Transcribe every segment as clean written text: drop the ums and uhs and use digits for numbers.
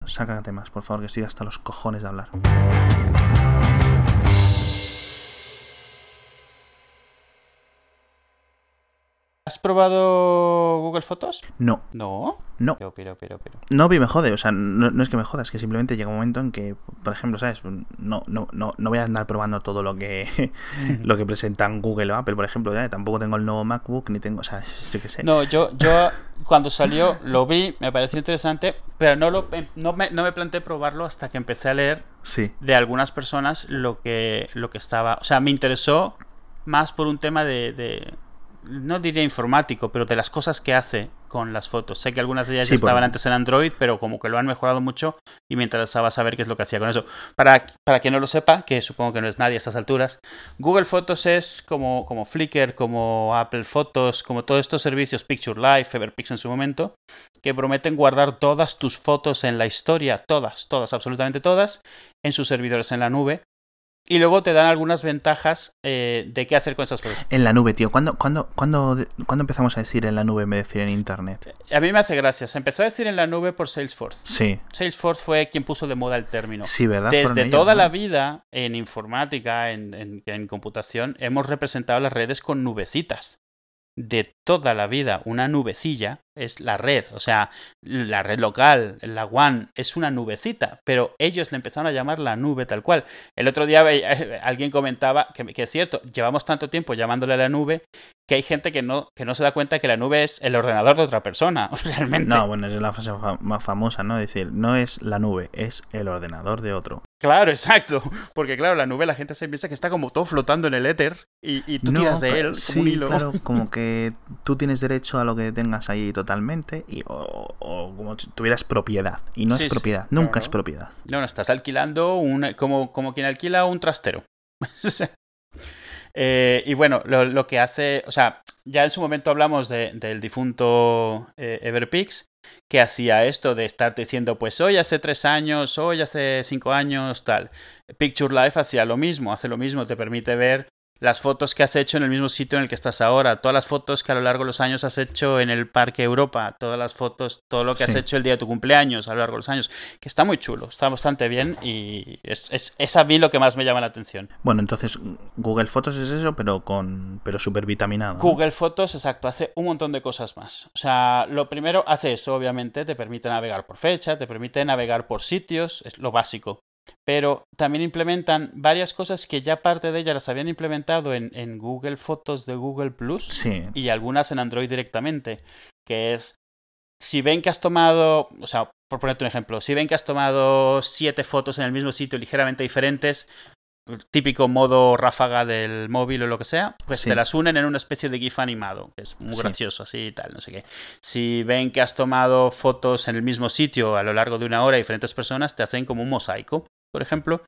saca temas, por favor, que estoy hasta los cojones de hablar. ¿Has probado Google Fotos? No. ¿No? No. Pero. No me jode, o sea, no es que me joda, es que simplemente llega un momento en que, por ejemplo, ¿sabes? No voy a andar probando todo lo que lo que presentan Google o Apple, por ejemplo, ¿ya? Tampoco tengo el nuevo MacBook, ni tengo, o sea, yo qué sé. No, yo cuando salió lo vi, me pareció interesante, pero no me planteé probarlo hasta que empecé a leer de algunas personas lo que estaba, o sea, me interesó más por un tema de no diría informático, pero de las cosas que hace con las fotos. Sé que algunas de ellas ya estaban antes en Android, pero como que lo han mejorado mucho y me interesaba saber qué es lo que hacía con eso. Para quien no lo sepa, que supongo que no es nadie a estas alturas, Google Fotos es como Flickr, como Apple Fotos, como todos estos servicios, Picture Life, Everpix en su momento, que prometen guardar todas tus fotos en la historia, todas, absolutamente todas, en sus servidores en la nube. Y luego te dan algunas ventajas de qué hacer con esas fotos. En la nube, tío. ¿Cuándo empezamos a decir en la nube en vez de decir en internet? A mí me hace gracia. Se empezó a decir en la nube por Salesforce. Sí. Salesforce fue quien puso de moda el término. Sí, ¿verdad? Desde toda la vida, en informática, en computación, hemos representado las redes con nubecitas. De toda la vida, una nubecilla es la red, o sea, la red local, la WAN, es una nubecita, pero ellos le empezaron a llamar la nube tal cual. El otro día alguien comentaba que es cierto, llevamos tanto tiempo llamándole a la nube que hay gente que no se da cuenta que la nube es el ordenador de otra persona, realmente. No, bueno, es la frase más famosa, ¿no? Es decir, no es la nube, es el ordenador de otro. Claro, exacto. Porque claro, la nube la gente se piensa que está como todo flotando en el éter y tú tiras de él como un hilo. Claro, como que tú tienes derecho a lo que tengas ahí totalmente o como si tuvieras propiedad. Y no es propiedad, nunca es propiedad. No, estás alquilando como quien alquila un trastero. Y bueno, lo que hace, o sea, ya en su momento hablamos del difunto Everpix, que hacía esto de estarte diciendo, pues hoy hace 3 años, hoy hace 5 años, tal. Picture Life hace lo mismo, te permite ver las fotos que has hecho en el mismo sitio en el que estás ahora, todas las fotos que a lo largo de los años has hecho en el Parque Europa, todas las fotos, todo lo que has hecho el día de tu cumpleaños a lo largo de los años, que está muy chulo, está bastante bien y es a mí lo que más me llama la atención. Bueno, entonces Google Fotos es eso, pero súper vitaminado, ¿no? Google Fotos, exacto, hace un montón de cosas más. O sea, lo primero hace eso, obviamente, te permite navegar por fecha, te permite navegar por sitios, es lo básico. Pero también implementan varias cosas que ya parte de ellas las habían implementado en Google Fotos de Google Plus y algunas en Android directamente, que es, si ven que has tomado, o sea, por ponerte un ejemplo, si ven que has tomado 7 fotos en el mismo sitio ligeramente diferentes, típico modo ráfaga del móvil o lo que sea, pues te las unen en una especie de GIF animado, que es muy gracioso así y tal, no sé qué. Si ven que has tomado fotos en el mismo sitio a lo largo de una hora diferentes personas, te hacen como un mosaico, por ejemplo.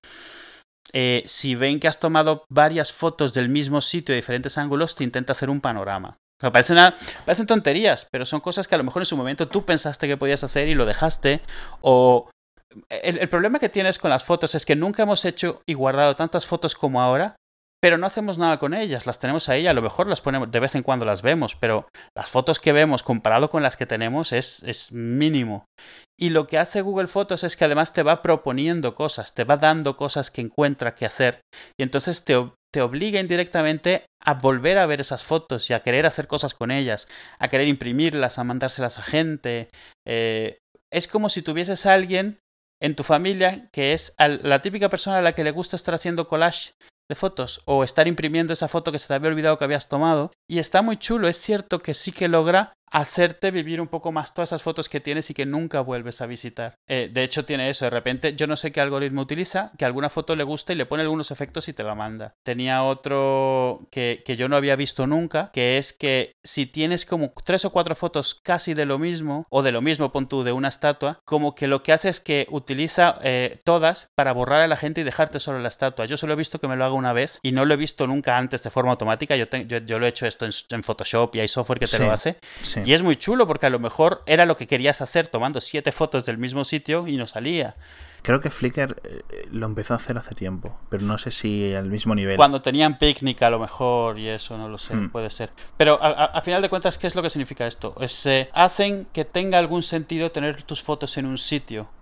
Si ven que has tomado varias fotos del mismo sitio de diferentes ángulos, te intenta hacer un panorama. O sea, parecen tonterías, pero son cosas que a lo mejor en su momento tú pensaste que podías hacer y lo dejaste, o... El problema que tienes con las fotos es que nunca hemos hecho y guardado tantas fotos como ahora, pero no hacemos nada con ellas. Las tenemos ahí, a lo mejor las ponemos, de vez en cuando las vemos, pero las fotos que vemos comparado con las que tenemos es mínimo. Y lo que hace Google Fotos es que además te va proponiendo cosas, te va dando cosas que encuentra que hacer. Y entonces te obliga indirectamente a volver a ver esas fotos y a querer hacer cosas con ellas, a querer imprimirlas, a mandárselas a gente. Es como si tuvieses a alguien en tu familia que es la típica persona a la que le gusta estar haciendo collage de fotos o estar imprimiendo esa foto que se te había olvidado que habías tomado, y está muy chulo. Es cierto que sí que logra hacerte vivir un poco más todas esas fotos que tienes y que nunca vuelves a visitar. De hecho tiene eso, de repente yo no sé qué algoritmo utiliza, que alguna foto le gusta y le pone algunos efectos y te la manda. Tenía otro que yo no había visto nunca, que es que si tienes como 3 o 4 fotos casi de lo mismo, o de lo mismo, pon tú, de una estatua, como que lo que hace es que utiliza todas para borrar a la gente y dejarte solo la estatua. Yo solo he visto que me lo haga una vez y no lo he visto nunca antes de forma automática. Yo lo he hecho esto en Photoshop y hay software que te lo hace. Sí. Y es muy chulo porque a lo mejor era lo que querías hacer tomando 7 fotos del mismo sitio y no salía. Creo que Flickr lo empezó a hacer hace tiempo, pero no sé si al mismo nivel. Cuando tenían Picnic a lo mejor y eso, no lo sé, puede ser. Pero a final de cuentas, ¿qué es lo que significa esto? Hacen que tenga algún sentido tener tus fotos en un sitio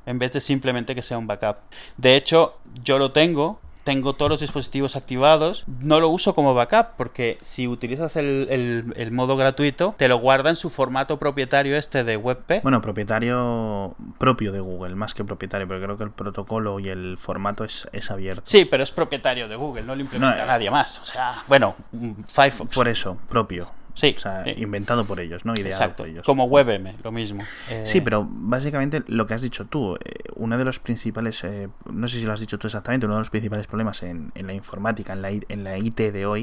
en vez de simplemente que sea un backup. De hecho, yo lo tengo todos los dispositivos activados, no lo uso como backup porque si utilizas el modo gratuito te lo guarda en su formato propietario de WebP. Bueno, propietario propio de Google, más que propietario, pero creo que el protocolo y el formato es abierto. Sí, pero es propietario de Google, no lo implementa nadie más. O sea, bueno, Firefox. Por eso, propio. Sí, o sea, inventado por ellos, ¿no? Ideado exacto, por ellos. como WebM, lo mismo. Sí, pero básicamente lo que has dicho tú, uno de los principales, no sé si lo has dicho tú exactamente, uno de los principales problemas en la informática, en la IT de hoy,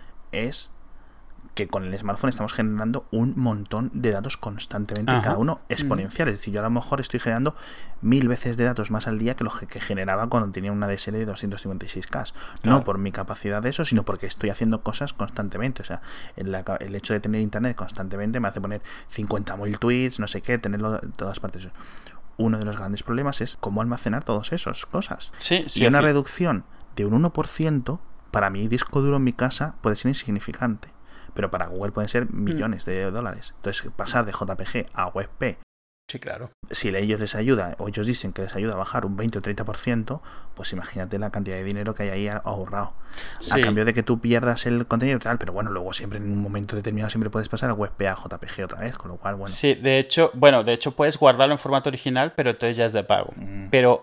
es que con el smartphone estamos generando un montón de datos constantemente, cada uno exponencial. Es decir, yo a lo mejor estoy generando 1000 veces de datos más al día que lo que generaba cuando tenía una DSL de 256K. Claro. No por mi capacidad de eso, sino porque estoy haciendo cosas constantemente. O sea, el hecho de tener internet constantemente me hace poner 50.000 tweets, no sé qué, tenerlo en todas partes. Uno de los grandes problemas es cómo almacenar todas esas cosas. Sí, y una reducción de un 1%, para mi disco duro en mi casa puede ser insignificante. Pero para Google pueden ser millones de dólares. Entonces, pasar de JPG a WebP, sí, claro. Si ellos les ayuda, o ellos dicen que les ayuda a bajar un 20 o 30%, pues imagínate la cantidad de dinero que hay ahí ahorrado. Sí. A cambio de que tú pierdas el contenido y tal, pero bueno, luego siempre en un momento determinado siempre puedes pasar a WebP a JPG otra vez, con lo cual, bueno. Sí, de hecho puedes guardarlo en formato original, pero entonces ya es de pago. Pero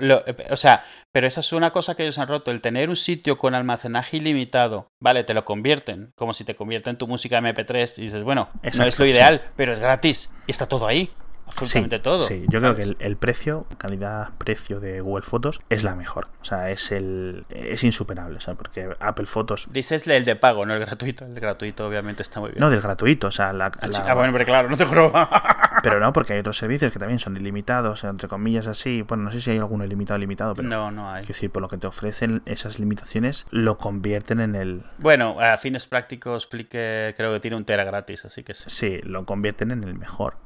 esa es una cosa que ellos han roto, el tener un sitio con almacenaje ilimitado, vale, te lo convierten, como si te convierten tu música MP3 y dices, bueno, exacto, no es lo ideal, pero es gratis y está todo ahí. Absolutamente todo. Sí, yo creo que el precio, calidad-precio de Google Fotos es la mejor. O sea, es insuperable. O sea, porque Apple Fotos. Dices el de pago, no el gratuito. El gratuito, obviamente, está muy bien. No, del gratuito. O sea, bueno, pero claro, no te juro. Pero no, porque hay otros servicios que también son ilimitados, entre comillas, así. Bueno, no sé si hay alguno ilimitado, pero. No hay. Quiero decir, por lo que te ofrecen esas limitaciones, lo convierten en el. Bueno, a fines prácticos, Flickr creo que tiene 1 tera gratis, así que sí. Sí, lo convierten en el mejor.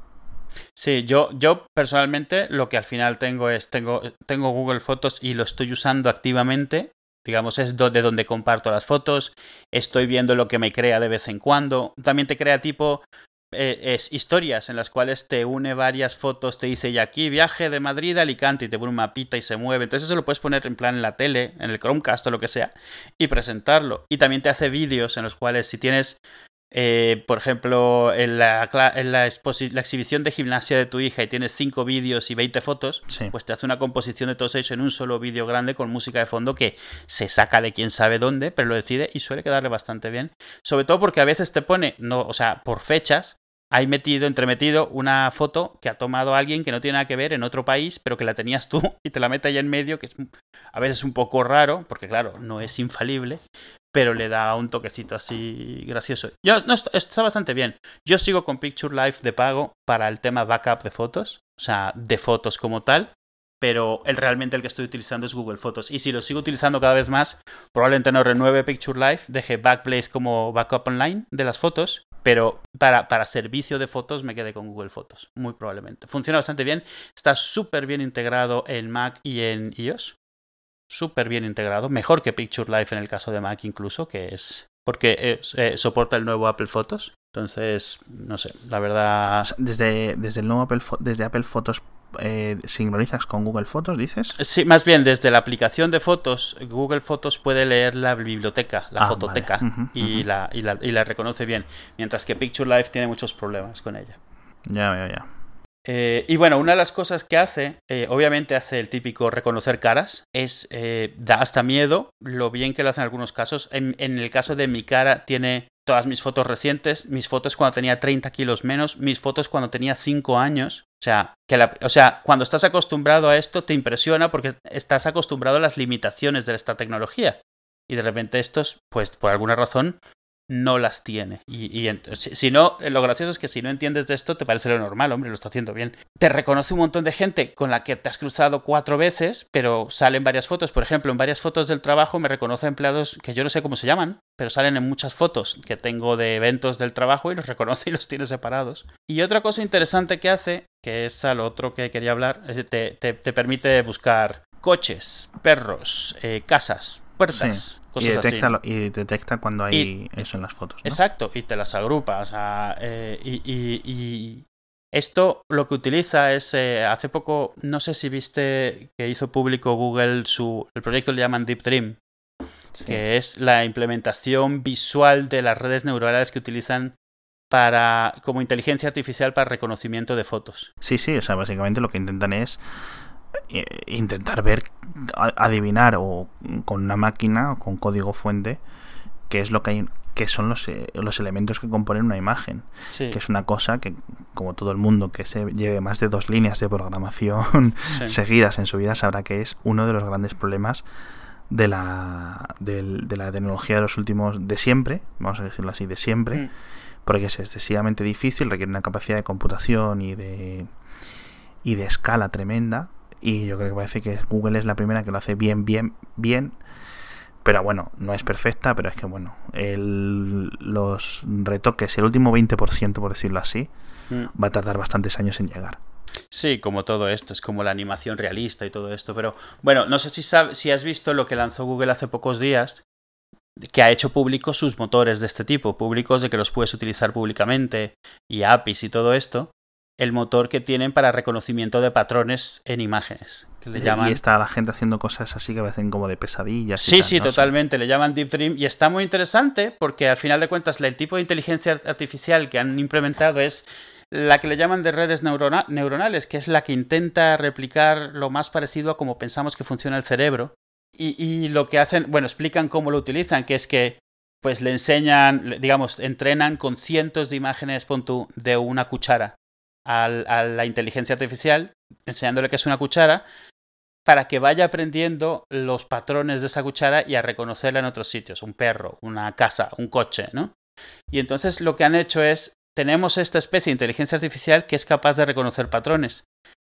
Sí, yo personalmente lo que al final tengo Google Fotos y lo estoy usando activamente. Digamos, es de donde comparto las fotos. Estoy viendo lo que me crea de vez en cuando. También te crea tipo historias en las cuales te une varias fotos. Te dice, y aquí viaje de Madrid a Alicante y te pone un mapita y se mueve. Entonces eso lo puedes poner en plan en la tele, en el Chromecast o lo que sea y presentarlo. Y también te hace vídeos en los cuales si tienes... por ejemplo, en la exhibición de gimnasia de tu hija y tienes 5 vídeos y 20 fotos, sí. Pues te hace una composición de todos ellos en un solo vídeo grande con música de fondo que se saca de quién sabe dónde, pero lo decide y suele quedarle bastante bien. Sobre todo porque a veces te pone, por fechas, hay entremetido una foto que ha tomado alguien que no tiene nada que ver en otro país, pero que la tenías tú y te la mete ahí en medio, que es a veces un poco raro, porque claro, no es infalible, pero le da un toquecito así gracioso. Está bastante bien. Yo sigo con Picture Life de pago para el tema backup de fotos, o sea, de fotos como tal, pero realmente el que estoy utilizando es Google Fotos. Y si lo sigo utilizando cada vez más, probablemente no renueve Picture Life, deje Backblaze como backup online de las fotos, pero para servicio de fotos me quedé con Google Fotos, muy probablemente. Funciona bastante bien, está súper bien integrado en Mac y en iOS. Súper bien integrado, mejor que Picture Life en el caso de Mac incluso, que es porque soporta el nuevo Apple Fotos. Entonces, no sé, la verdad... Desde el nuevo Apple Fotos ¿sincronizas con Google Fotos, dices? Sí, más bien desde la aplicación de fotos, Google Fotos puede leer la biblioteca, la fototeca, vale. Y la reconoce bien, mientras que Picture Life tiene muchos problemas con ella. Ya. Y bueno, una de las cosas que hace, obviamente hace el típico reconocer caras, da hasta miedo lo bien que lo hace en algunos casos. En el caso de mi cara tiene todas mis fotos recientes, mis fotos cuando tenía 30 kilos menos, mis fotos cuando tenía 5 años. O sea, cuando estás acostumbrado a esto te impresiona porque estás acostumbrado a las limitaciones de esta tecnología. Y de repente estos, pues por alguna razón... no las tiene. Si no, lo gracioso es que si no entiendes de esto, te parece lo normal, hombre, lo está haciendo bien. Te reconoce un montón de gente con la que te has cruzado 4 veces, pero salen varias fotos. Por ejemplo, en varias fotos del trabajo me reconoce empleados que yo no sé cómo se llaman, pero salen en muchas fotos que tengo de eventos del trabajo y los reconoce y los tiene separados. Y otra cosa interesante que hace, que es a lo otro que quería hablar, es que te permite buscar coches, perros, casas, puertas... Sí. Y detecta cuando hay eso en las fotos, ¿no? Exacto, y te las agrupa. O sea, Esto lo que utiliza es, hace poco, no sé si viste que hizo público Google el proyecto le llaman Deep Dream, Sí. que es la implementación visual de las redes neuronales que utilizan como inteligencia artificial para reconocimiento de fotos. Sí, o sea, básicamente lo que intentan es intentar ver, adivinar o con una máquina o con código fuente qué es lo que hay, qué son los elementos que componen una imagen. Sí. Que es una cosa que, como todo el mundo que se lleve más de 2 líneas de programación seguidas en su vida sabrá que es uno de los grandes problemas de la tecnología de los últimos, de siempre, vamos a decirlo así, de siempre, porque es excesivamente difícil, requiere una capacidad de computación y de escala tremenda, y yo creo que parece que Google es la primera que lo hace bien, pero bueno, no es perfecta, pero es que bueno, los retoques, el último 20%, por decirlo así, va a tardar bastantes años en llegar. Sí, como todo esto, es como la animación realista y todo esto, pero bueno, no sé si has visto lo que lanzó Google hace pocos días, que ha hecho públicos sus motores de este tipo, públicos de que los puedes utilizar públicamente, y APIs y todo esto, el motor que tienen para reconocimiento de patrones en imágenes. Que le llaman... Y está la gente haciendo cosas así que parecen como de pesadillas. Sí, tal, ¿no? Totalmente. Le llaman Deep Dream y está muy interesante porque al final de cuentas el tipo de inteligencia artificial que han implementado es la que le llaman de redes neuronales, que es la que intenta replicar lo más parecido a como pensamos que funciona el cerebro. Y lo que hacen, bueno, explican cómo lo utilizan, que es que pues le enseñan, digamos, entrenan con cientos de imágenes, pon tú, de una cuchara a la inteligencia artificial, enseñándole que es una cuchara, para que vaya aprendiendo los patrones de esa cuchara y a reconocerla en otros sitios, un perro, una casa, un coche, ¿no? Y entonces lo que han hecho es, tenemos esta especie de inteligencia artificial que es capaz de reconocer patrones.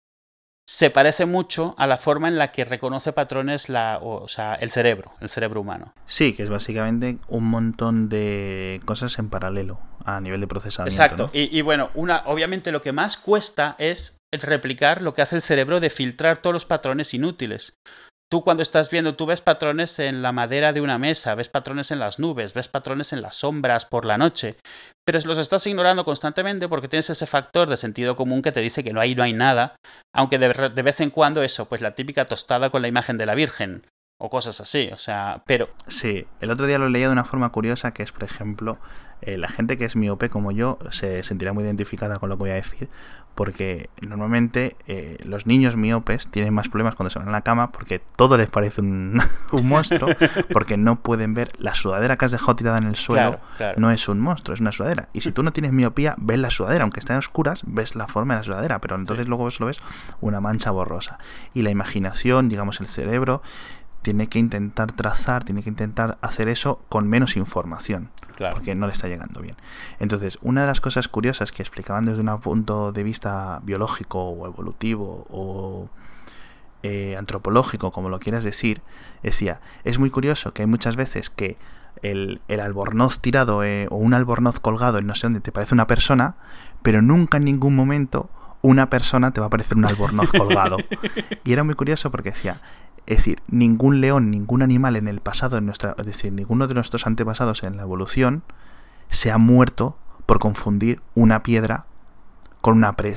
Se parece mucho a la forma en la que reconoce patrones el cerebro humano. Sí, que es básicamente un montón de cosas en paralelo a nivel de procesamiento. Exacto, ¿no? y bueno, obviamente lo que más cuesta es replicar lo que hace el cerebro de filtrar todos los patrones inútiles. Tú cuando estás viendo, tú ves patrones en la madera de una mesa, ves patrones en las nubes, ves patrones en las sombras por la noche, pero los estás ignorando constantemente porque tienes ese factor de sentido común que te dice que no hay nada, aunque de vez en cuando eso, pues la típica tostada con la imagen de la Virgen o cosas así, o sea, pero... Sí, el otro día lo leía de una forma curiosa que es, por ejemplo, la gente que es miope como yo se sentirá muy identificada con lo que voy a decir, porque normalmente los niños miopes tienen más problemas cuando se van a la cama porque todo les parece un monstruo, porque no pueden ver la sudadera que has dejado tirada en el suelo. Claro. No es un monstruo, es una sudadera. Y si tú no tienes miopía, ves la sudadera, aunque estén oscuras, ves la forma de la sudadera, pero entonces luego lo ves una mancha borrosa. Y la imaginación, digamos el cerebro, tiene que intentar trazar, tiene que intentar hacer eso con menos información, porque no le está llegando bien. Entonces, una de las cosas curiosas que explicaban desde un punto de vista biológico o evolutivo o antropológico, como lo quieras decir, decía, es muy curioso que hay muchas veces que el albornoz tirado o un albornoz colgado en no sé dónde te parece una persona, pero nunca en ningún momento una persona te va a parecer un albornoz colgado. Y era muy curioso porque decía, es decir, ningún león, ningún animal en el pasado, es decir, ninguno de nuestros antepasados en la evolución se ha muerto por confundir una piedra con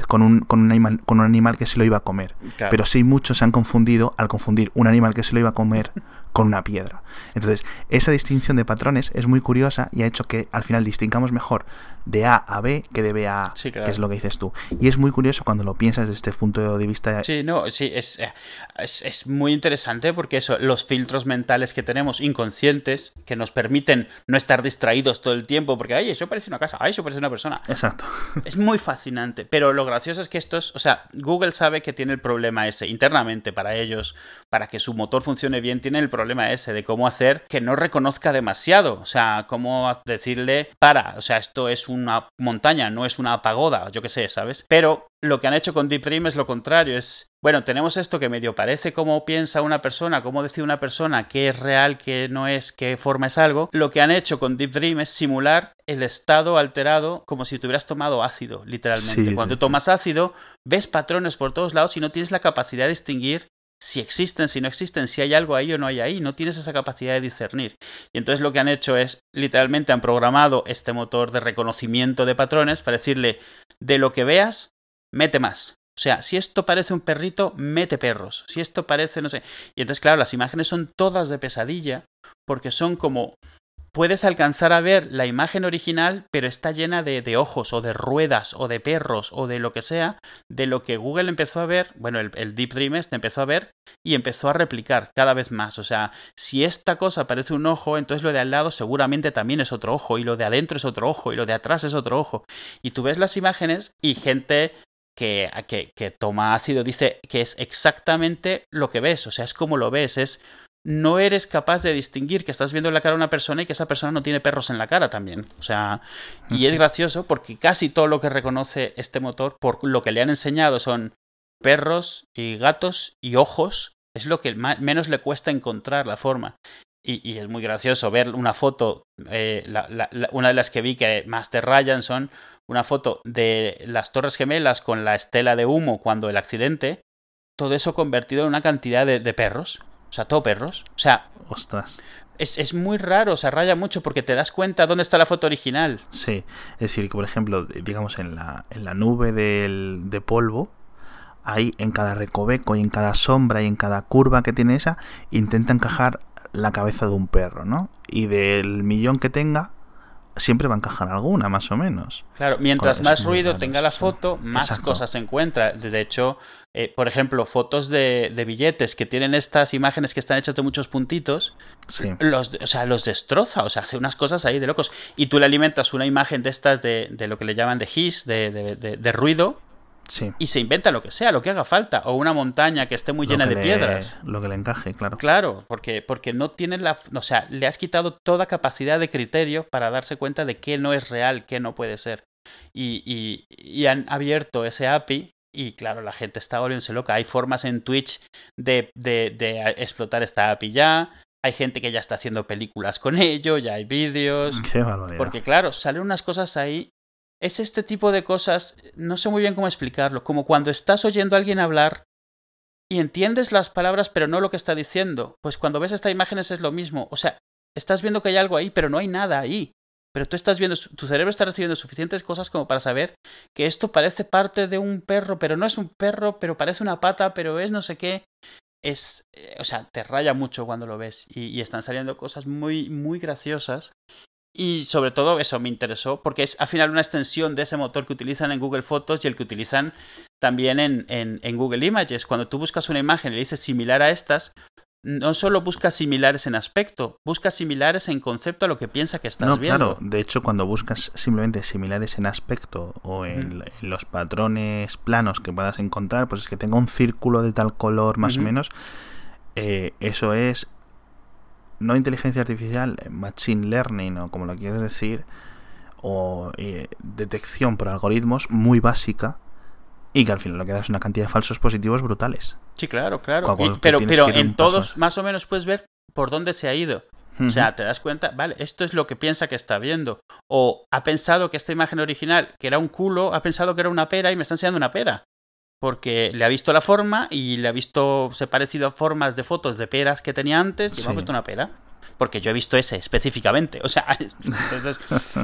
un animal que se lo iba a comer. Claro. Pero sí muchos se han confundido al confundir un animal que se lo iba a comer con una piedra. Entonces, esa distinción de patrones es muy curiosa y ha hecho que al final distingamos mejor de A a B que de B a A, que es lo que dices tú. Y es muy curioso cuando lo piensas desde este punto de vista. Sí, es muy interesante porque los filtros mentales que tenemos inconscientes que nos permiten no estar distraídos todo el tiempo porque, ay, eso parece una casa, ay, eso parece una persona. Exacto. Es muy fascinante, pero lo gracioso es que Google sabe que tiene el problema ese internamente para ellos, para que su motor funcione bien, tiene el problema ese de cómo hacer que no reconozca demasiado, o sea, cómo decirle, o sea, esto es una montaña, no es una pagoda, yo qué sé, ¿sabes? Pero lo que han hecho con Deep Dream es lo contrario, bueno, tenemos esto que medio parece cómo piensa una persona, cómo decide una persona, qué es real, qué no es, qué forma es algo. Lo que han hecho con Deep Dream es simular el estado alterado como si tuvieras tomado ácido, literalmente. Sí, Cuando tomas ácido, ves patrones por todos lados y no tienes la capacidad de distinguir si existen, si no existen, si hay algo ahí o no hay ahí. No tienes esa capacidad de discernir. Y entonces lo que han hecho es, literalmente han programado este motor de reconocimiento de patrones para decirle, de lo que veas, mete más. O sea, si esto parece un perrito, mete perros. Si esto parece, no sé. Y entonces, claro, las imágenes son todas de pesadilla, porque son como... Puedes alcanzar a ver la imagen original, pero está llena de ojos, o de ruedas, o de perros, o de lo que sea, de lo que Google empezó a ver, bueno, el Deep Dream empezó a ver y empezó a replicar cada vez más. O sea, si esta cosa parece un ojo, entonces lo de al lado seguramente también es otro ojo, y lo de adentro es otro ojo, y lo de atrás es otro ojo. Y tú ves las imágenes y gente que toma ácido dice que es exactamente lo que ves, o sea, es como lo ves, no eres capaz de distinguir que estás viendo la cara de una persona y que esa persona no tiene perros en la cara también. O sea, y es gracioso porque casi todo lo que reconoce este motor, por lo que le han enseñado, son perros y gatos y ojos. Es lo que menos le cuesta encontrar la forma. Y es muy gracioso ver una foto, una de las que vi que más te rayan son una foto de las Torres Gemelas con la estela de humo cuando el accidente, todo eso convertido en una cantidad de perros. O sea, todo perros. O sea, ostras. Es muy raro, o sea, raya mucho porque te das cuenta dónde está la foto original. Sí, es decir, que por ejemplo, digamos en la nube de polvo, ahí en cada recoveco y en cada sombra y en cada curva que tiene esa, intenta encajar la cabeza de un perro, ¿no? Y del millón que tenga, siempre va a encajar alguna, más o menos. Claro, mientras más ruido tenga la foto, más Exacto. cosas se encuentra. De hecho, por ejemplo, fotos de billetes que tienen estas imágenes que están hechas de muchos puntitos, sí. los destroza, o sea, hace unas cosas ahí de locos. Y tú le alimentas una imagen de estas de lo que le llaman de hiss, de ruido, sí. Y se inventa lo que sea, lo que haga falta. O una montaña que esté muy llena de piedras. Lo que le encaje, claro. Claro, porque no tiene o sea, le has quitado toda capacidad de criterio para darse cuenta de qué no es real, qué no puede ser. Y han abierto ese API y claro, la gente está volviéndose loca. Hay formas en Twitch de explotar esta API ya. Hay gente que ya está haciendo películas con ello, ya hay vídeos. Qué barbaridad. Porque claro, salen unas cosas ahí. Es este tipo de cosas, no sé muy bien cómo explicarlo, como cuando estás oyendo a alguien hablar y entiendes las palabras pero no lo que está diciendo. Pues cuando ves estas imágenes es lo mismo. O sea, estás viendo que hay algo ahí, pero no hay nada ahí. Pero tú estás viendo, tu cerebro está recibiendo suficientes cosas como para saber que esto parece parte de un perro, pero no es un perro, pero parece una pata, pero es no sé qué. O sea, te raya mucho cuando lo ves. Y están saliendo cosas muy, muy graciosas. Y sobre todo eso me interesó porque es al final una extensión de ese motor que utilizan en Google Fotos y el que utilizan también en Google Images. Cuando tú buscas una imagen y le dices similar a estas, no solo buscas similares en aspecto, buscas similares en concepto a lo que piensa que estás viendo. Claro, de hecho cuando buscas simplemente similares en aspecto o en los patrones planos que puedas encontrar, pues es que tenga un círculo de tal color más o menos, eso es no inteligencia artificial, machine learning o como lo quieras decir, o detección por algoritmos muy básica y que al final lo que da es una cantidad de falsos positivos brutales. Sí, claro. Pero en todos más o menos puedes ver por dónde se ha ido. O sea, te das cuenta, vale, esto es lo que piensa que está viendo. O ha pensado que esta imagen original, que era un culo, ha pensado que era una pera y me está enseñando una pera. Porque le ha visto la forma y le ha visto se parecido a formas de fotos de peras que tenía antes y me ha puesto una pera. Porque yo he visto ese específicamente. O sea, entonces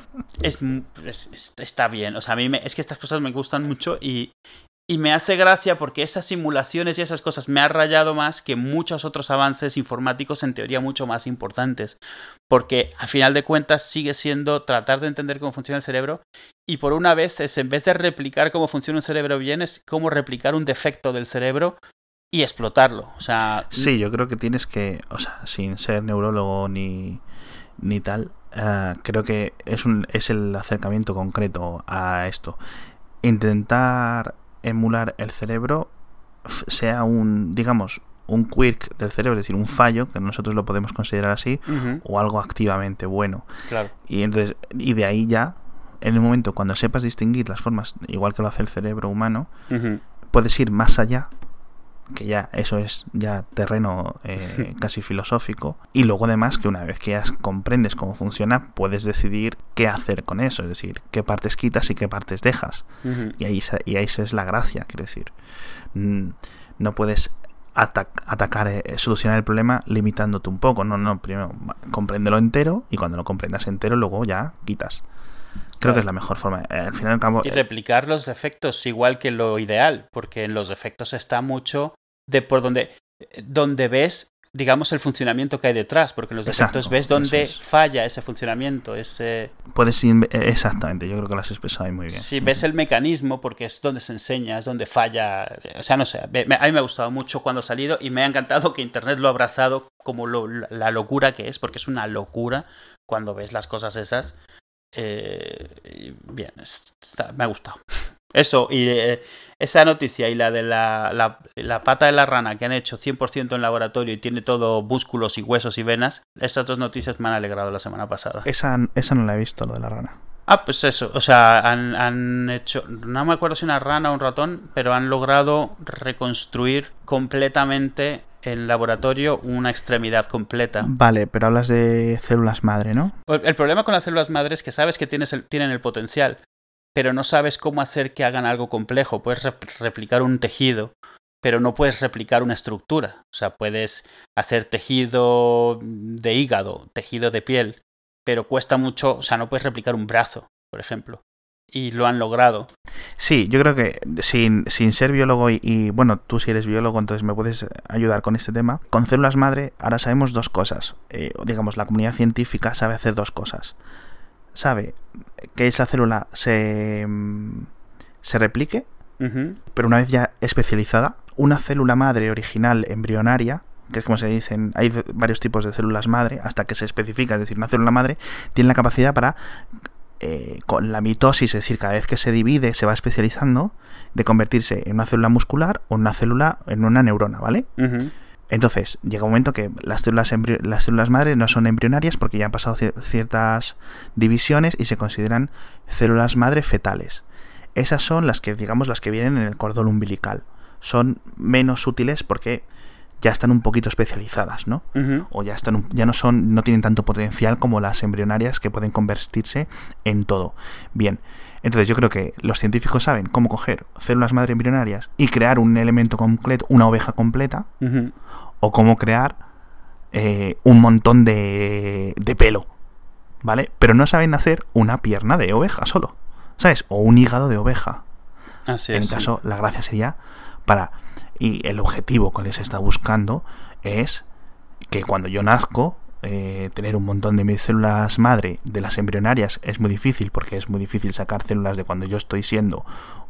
está bien. O sea, a mí es que estas cosas me gustan mucho y me hace gracia porque esas simulaciones y esas cosas me han rayado más que muchos otros avances informáticos en teoría mucho más importantes. Porque a final de cuentas sigue siendo tratar de entender cómo funciona el cerebro y por una vez en vez de replicar cómo funciona un cerebro bien, es cómo replicar un defecto del cerebro y explotarlo. O sea, sí, yo creo que tienes que, o sea, sin ser neurólogo ni tal, creo que es el acercamiento concreto a esto. Intentar emular el cerebro sea un quirk del cerebro, es decir, un fallo, que nosotros lo podemos considerar así, o algo activamente bueno. Claro. Y entonces, y de ahí ya, en el momento cuando sepas distinguir las formas, igual que lo hace el cerebro humano, puedes ir más allá, que ya eso es ya terreno casi filosófico, y luego además que una vez que ya comprendes cómo funciona, puedes decidir qué hacer con eso, es decir, qué partes quitas y qué partes dejas, y ahí esa es la gracia, quiero decir, no puedes atacar, solucionar el problema limitándote un poco, no, primero compréndelo entero y cuando lo comprendas entero luego ya quitas. Creo que es la mejor forma. Al final y al cabo... Y replicar los defectos igual que lo ideal, porque en los defectos está mucho de por donde ves, digamos, el funcionamiento que hay detrás, porque en los defectos ves dónde falla ese funcionamiento, Exactamente, yo creo que lo has expresado ahí muy bien. Sí, ves el mecanismo porque es donde se enseña, es donde falla. O sea, no sé, a mí me ha gustado mucho cuando ha salido y me ha encantado que Internet lo ha abrazado como la locura que es, porque es una locura cuando ves las cosas esas. Bien, me ha gustado. Eso, y esa noticia y la de la pata de la rana que han hecho 100% en laboratorio y tiene todo músculos y huesos y venas, estas dos noticias me han alegrado la semana pasada. Esa no la he visto, lo de la rana. Ah, pues eso, o sea, han hecho, no me acuerdo si una rana o un ratón, pero han logrado reconstruir completamente en laboratorio una extremidad completa. Vale, pero hablas de células madre, ¿no? El problema con las células madre es que sabes que tienen el potencial, pero no sabes cómo hacer que hagan algo complejo. Puedes replicar un tejido, pero no puedes replicar una estructura. O sea, puedes hacer tejido de hígado, tejido de piel, pero cuesta mucho. O sea, no puedes replicar un brazo, por ejemplo. Y lo han logrado. Sí, yo creo que sin ser biólogo y bueno, tú si eres biólogo, entonces me puedes ayudar con este tema. Con células madre ahora sabemos dos cosas. Digamos, la comunidad científica sabe hacer dos cosas. Sabe que esa célula se replique, pero una vez ya especializada, una célula madre original embrionaria, que es como se dicen, hay varios tipos de células madre, hasta que se especifica, es decir, una célula madre tiene la capacidad para, con la mitosis, es decir, cada vez que se divide, se va especializando, de convertirse en una célula muscular o en una neurona, ¿vale? Entonces, llega un momento que las células madre no son embrionarias porque ya han pasado ciertas divisiones y se consideran células madre fetales. Esas son las que, digamos, las que vienen en el cordón umbilical. Son menos útiles porque ya están un poquito especializadas, ¿no? O ya no tienen tanto potencial como las embrionarias que pueden convertirse en todo. Bien, entonces yo creo que los científicos saben cómo coger células madre embrionarias y crear un elemento completo, una oveja completa, o cómo crear un montón de pelo, ¿vale? Pero no saben hacer una pierna de oveja solo, ¿sabes? O un hígado de oveja. Así en es, el caso, la gracia sería y el objetivo que les está buscando es que cuando yo nazco, tener un montón de mis células madre de las embrionarias es muy difícil, porque es muy difícil sacar células de cuando yo estoy siendo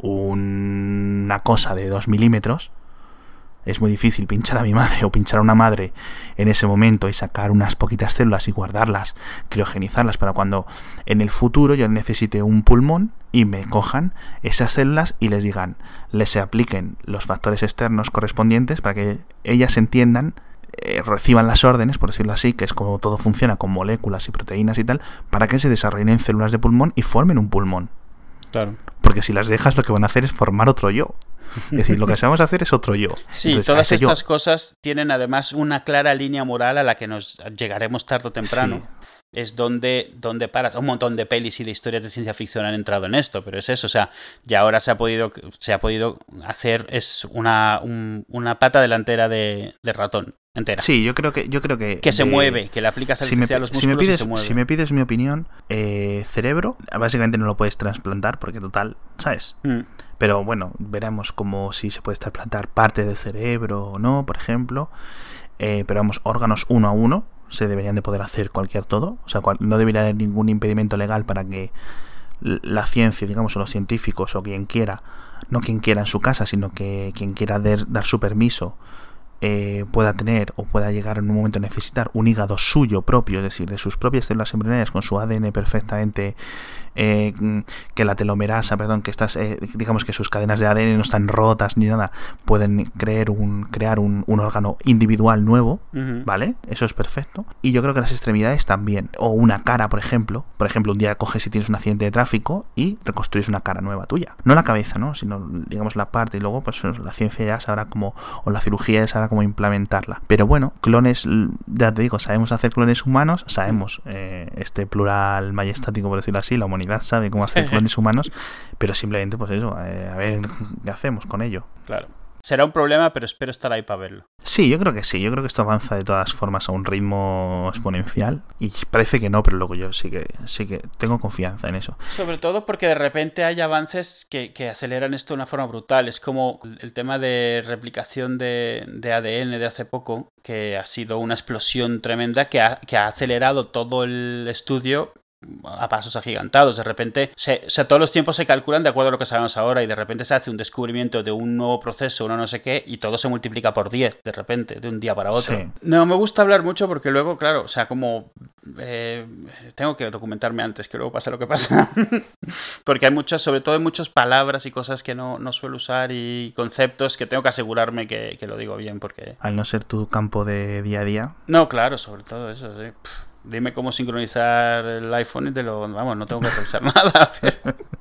una cosa de 2 milímetros. Es muy difícil pinchar a mi madre o pinchar a una madre en ese momento y sacar unas poquitas células y guardarlas, criogenizarlas para cuando en el futuro yo necesite un pulmón y me cojan esas células y les apliquen los factores externos correspondientes para que ellas entiendan, reciban las órdenes, por decirlo así, que es como todo funciona con moléculas y proteínas y tal, para que se desarrollen en células de pulmón y formen un pulmón. Claro. Porque si las dejas, lo que van a hacer es formar otro yo. Es decir, lo que sabemos hacer es otro yo. Sí, entonces, todas estas cosas tienen además una clara línea moral a la que nos llegaremos tarde o temprano. Sí. Es donde paras. Un montón de pelis y de historias de ciencia ficción han entrado en esto, pero es eso. O sea, ya ahora se ha podido hacer una pata delantera de ratón entera. Sí, yo creo que se mueve, que le aplicas a los músculos y se mueve. Si me pides mi opinión, cerebro, básicamente no lo puedes trasplantar porque total, ¿sabes? Pero bueno, veremos como si se puede trasplantar parte del cerebro o no, por ejemplo. Pero vamos, órganos uno a uno se deberían de poder hacer cualquier todo. O sea, no debería haber ningún impedimento legal para que la ciencia, digamos, o los científicos o quien quiera, no quien quiera en su casa, sino que quien quiera dar su permiso, pueda tener o pueda llegar en un momento a necesitar un hígado suyo propio, es decir, de sus propias células embrionarias con su ADN perfectamente, que la telomerasa, que estas, digamos que sus cadenas de ADN no están rotas ni nada, pueden crear un órgano individual nuevo, ¿vale? Eso es perfecto. Y yo creo que las extremidades también, o una cara, por ejemplo, un día coges y tienes un accidente de tráfico y reconstruyes una cara nueva tuya, no la cabeza, ¿no? Sino, digamos, la parte, y luego pues la ciencia ya sabrá cómo, o la cirugía ya sabrá cómo implementarla. Pero bueno, clones, ya te digo, sabemos hacer clones humanos, sabemos este plural majestático, por decirlo así, la humanidad sabe cómo hacer clones humanos, pero simplemente pues eso, a ver qué hacemos con ello. Claro. Será un problema, pero espero estar ahí para verlo. Sí, yo creo que sí. Yo creo que esto avanza de todas formas a un ritmo exponencial. Y parece que no, pero luego yo sí que tengo confianza en eso. Sobre todo porque de repente hay avances que aceleran esto de una forma brutal. Es como el tema de replicación de ADN de hace poco, que ha sido una explosión tremenda que ha acelerado todo el estudio a pasos agigantados. De repente, o sea, todos los tiempos se calculan de acuerdo a lo que sabemos ahora y de repente se hace un descubrimiento de un nuevo proceso, uno no sé qué, y todo se multiplica por 10 de repente, de un día para otro. Sí. No me gusta hablar mucho porque luego, claro, o sea, como tengo que documentarme antes, que luego pasa lo que pasa. Porque hay muchas, sobre todo hay muchas palabras y cosas que no suelo usar y conceptos que tengo que asegurarme que lo digo bien porque... Al no ser tu campo de día a día. No, claro, sobre todo eso, sí. Dime cómo sincronizar el iPhone y vamos, no tengo que revisar nada. Pero...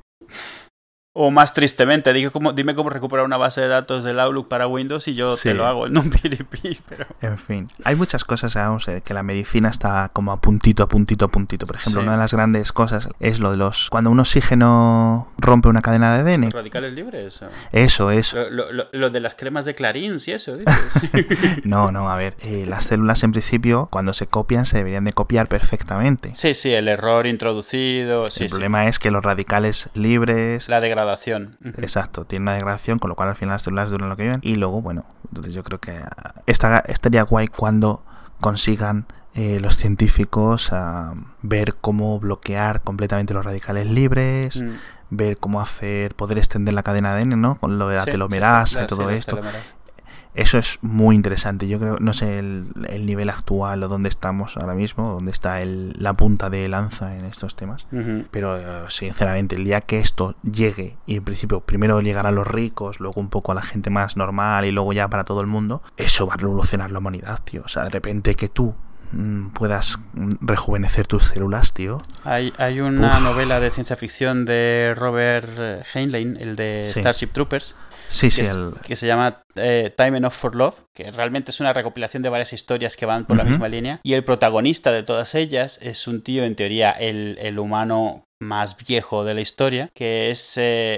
O más tristemente, dime cómo recuperar una base de datos del Outlook para Windows y yo te lo hago en un piripi. Pero... En fin, hay muchas cosas, vamos, que la medicina está como a puntito. Por ejemplo, una de las grandes cosas es lo de cuando un oxígeno rompe una cadena de ADN. ¿Los radicales libres? Eso. Lo de las cremas de Clarins y eso, dices. No, a ver, las células en principio, cuando se copian, se deberían de copiar perfectamente. Sí, el error introducido. El problema es que los radicales libres... La degradación. Exacto, tiene una degradación, con lo cual al final las células duran lo que viven. Y luego, bueno, entonces yo creo que estaría guay cuando consigan los científicos ver cómo bloquear completamente los radicales libres, ver cómo poder extender la cadena de ADN, ¿no? Con lo de la telomerasa y todo esto. Eso es muy interesante. Yo creo, no sé el nivel actual o dónde estamos ahora mismo, dónde está la punta de lanza en estos temas. Pero sinceramente, el día que esto llegue, y en principio primero llegará a los ricos, luego un poco a la gente más normal y luego ya para todo el mundo, eso va a revolucionar la humanidad, tío. O sea, de repente que tú puedas rejuvenecer tus células, tío. Hay una novela de ciencia ficción de Robert Heinlein, el de Starship Troopers. Que se llama Time Enough for Love, que realmente es una recopilación de varias historias que van por la misma línea. Y el protagonista de todas ellas es un tío, en teoría, el humano más viejo de la historia, que es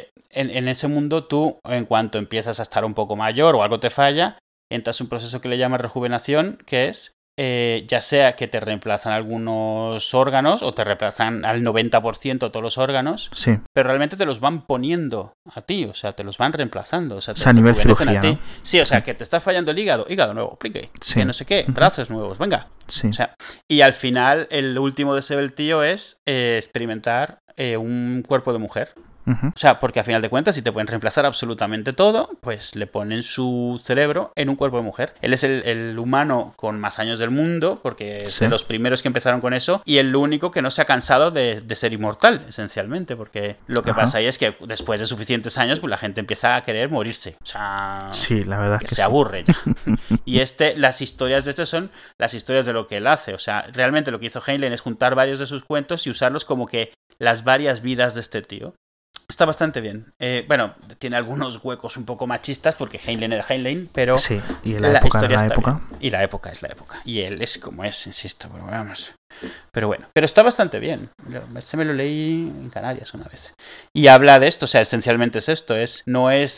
en ese mundo tú, en cuanto empiezas a estar un poco mayor o algo te falla, entras en un proceso que le llaman rejuvenación, que es ya sea que te reemplazan algunos órganos o te reemplazan al 90% todos los órganos, pero realmente te los van poniendo a ti, o sea, te los van reemplazando. O sea, a nivel cirugía, ¿no? Sí, o sea, que te está fallando el hígado nuevo, plique, que no sé qué, brazos nuevos, venga. O sea, y al final, el último deseo del tío es experimentar un cuerpo de mujer. O sea, porque a final de cuentas, si te pueden reemplazar absolutamente todo, pues le ponen su cerebro en un cuerpo de mujer. Él es el humano con más años del mundo, porque es de los primeros que empezaron con eso, y el único que no se ha cansado de ser inmortal, esencialmente, porque lo que pasa ahí es que después de suficientes años, pues la gente empieza a querer morirse. O sea, la verdad que se aburre ya. Y las historias de son las historias de lo que él hace. O sea, realmente lo que hizo Heinlein es juntar varios de sus cuentos y usarlos como que las varias vidas de este tío. Está bastante bien. Bueno, tiene algunos huecos un poco machistas porque Heinlein era Heinlein, pero sí, y la época era la época. Y la época es la época. Y él es como es, insisto, pero vamos. Pero bueno, pero está bastante bien. Me lo leí en Canarias una vez. Y habla de esto, o sea, esencialmente es esto, no es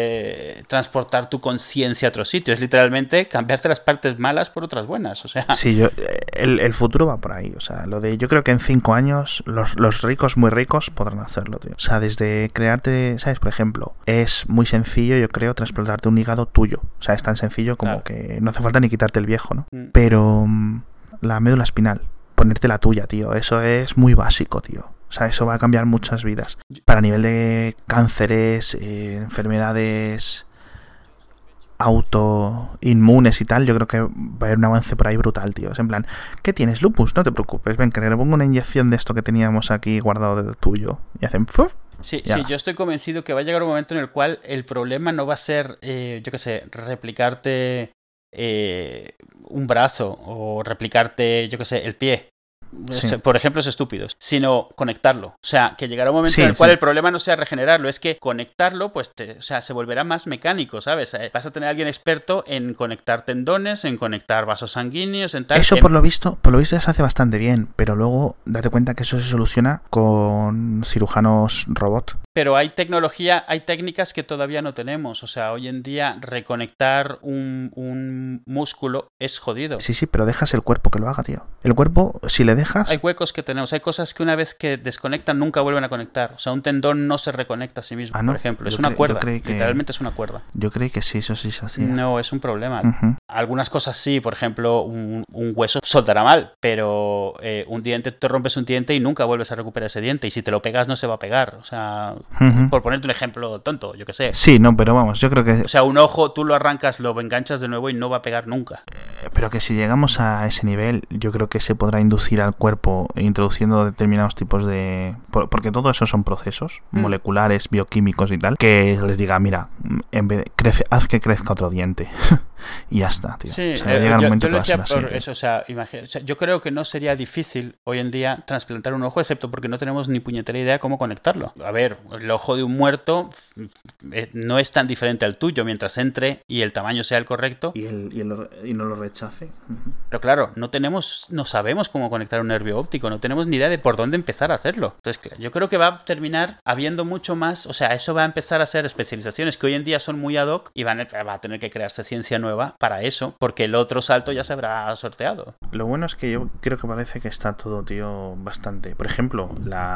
transportar tu conciencia a otro sitio, es literalmente cambiarte las partes malas por otras buenas, o sea... Sí, el futuro va por ahí, o sea, yo creo que en 5 años los ricos muy ricos podrán hacerlo, tío. O sea, desde crearte, ¿sabes? Por ejemplo, es muy sencillo, yo creo, trasplantarte un hígado tuyo. O sea, es tan sencillo como que no hace falta ni quitarte el viejo, ¿no? Pero la médula espinal, ponerte la tuya, tío, eso es muy básico, tío. O sea, eso va a cambiar muchas vidas. Para nivel de cánceres, enfermedades autoinmunes y tal, yo creo que va a haber un avance por ahí brutal, tío. Es en plan, ¿qué tienes? Lupus, no te preocupes, ven, que le pongo una inyección de esto que teníamos aquí guardado de tuyo. Y hacen ¡fuf! Sí, yo estoy convencido que va a llegar un momento en el cual el problema no va a ser, yo qué sé, replicarte un brazo o replicarte, yo qué sé, el pie. Sí. por ejemplos estúpidos, sino conectarlo. O sea, que llegará un momento Sí, en el cual sí. el problema no sea regenerarlo, es que conectarlo, pues, o sea, se volverá más mecánico, ¿sabes? Vas a tener a alguien experto en conectar tendones, en conectar vasos sanguíneos, en tal. Eso por lo visto ya se hace bastante bien, pero luego date cuenta que eso se soluciona con cirujanos robot. Pero hay tecnología, hay técnicas que todavía no tenemos. O sea, hoy en día reconectar un músculo es jodido. Sí, sí, pero dejas el cuerpo que lo haga, tío. El cuerpo, si le Hay dejas... huecos que tenemos, hay cosas que una vez que desconectan nunca vuelven a conectar. O sea, un tendón no se reconecta a sí mismo, Ah, por no. ejemplo. Es Yo una cuerda. creí que... Literalmente es una cuerda. Yo creí que sí, eso sí se hacía. No, es un problema. Ujú. Algunas cosas sí, por ejemplo, un hueso soltará mal, pero un diente, te rompes un diente y nunca vuelves a recuperar ese diente. Y si te lo pegas, no se va a pegar. O sea, Ujú. por ponerte un ejemplo tonto, yo que sé. Sí, no, pero vamos, yo creo que... O sea, un ojo, tú lo arrancas, lo enganchas de nuevo y no va a pegar nunca. Pero que si llegamos a ese nivel, yo creo que se podrá inducir al cuerpo introduciendo determinados tipos de... Porque todo eso son procesos moleculares, bioquímicos y tal, que les diga, mira, en vez de haz que crezca otro diente. Y ya está, tío. Sí, O sea, va a llegar un momento yo que lo va a ser decía así, por tío. eso, o sea, yo creo que no sería difícil hoy en día trasplantar un ojo, excepto porque no tenemos ni puñetera idea cómo conectarlo. A ver, el ojo de un muerto no es tan diferente al tuyo mientras entre y el tamaño sea el correcto. Y no lo rechace. Ujú. Pero claro, no sabemos cómo conectar un nervio óptico, no tenemos ni idea de por dónde empezar a hacerlo. Entonces, yo creo que va a terminar habiendo mucho más, o sea, eso va a empezar a ser especializaciones que hoy en día son muy ad hoc y va a tener que crearse ciencia nueva para eso, porque el otro salto ya se habrá sorteado. Lo bueno es que yo creo que parece que está todo, tío, bastante. Por ejemplo,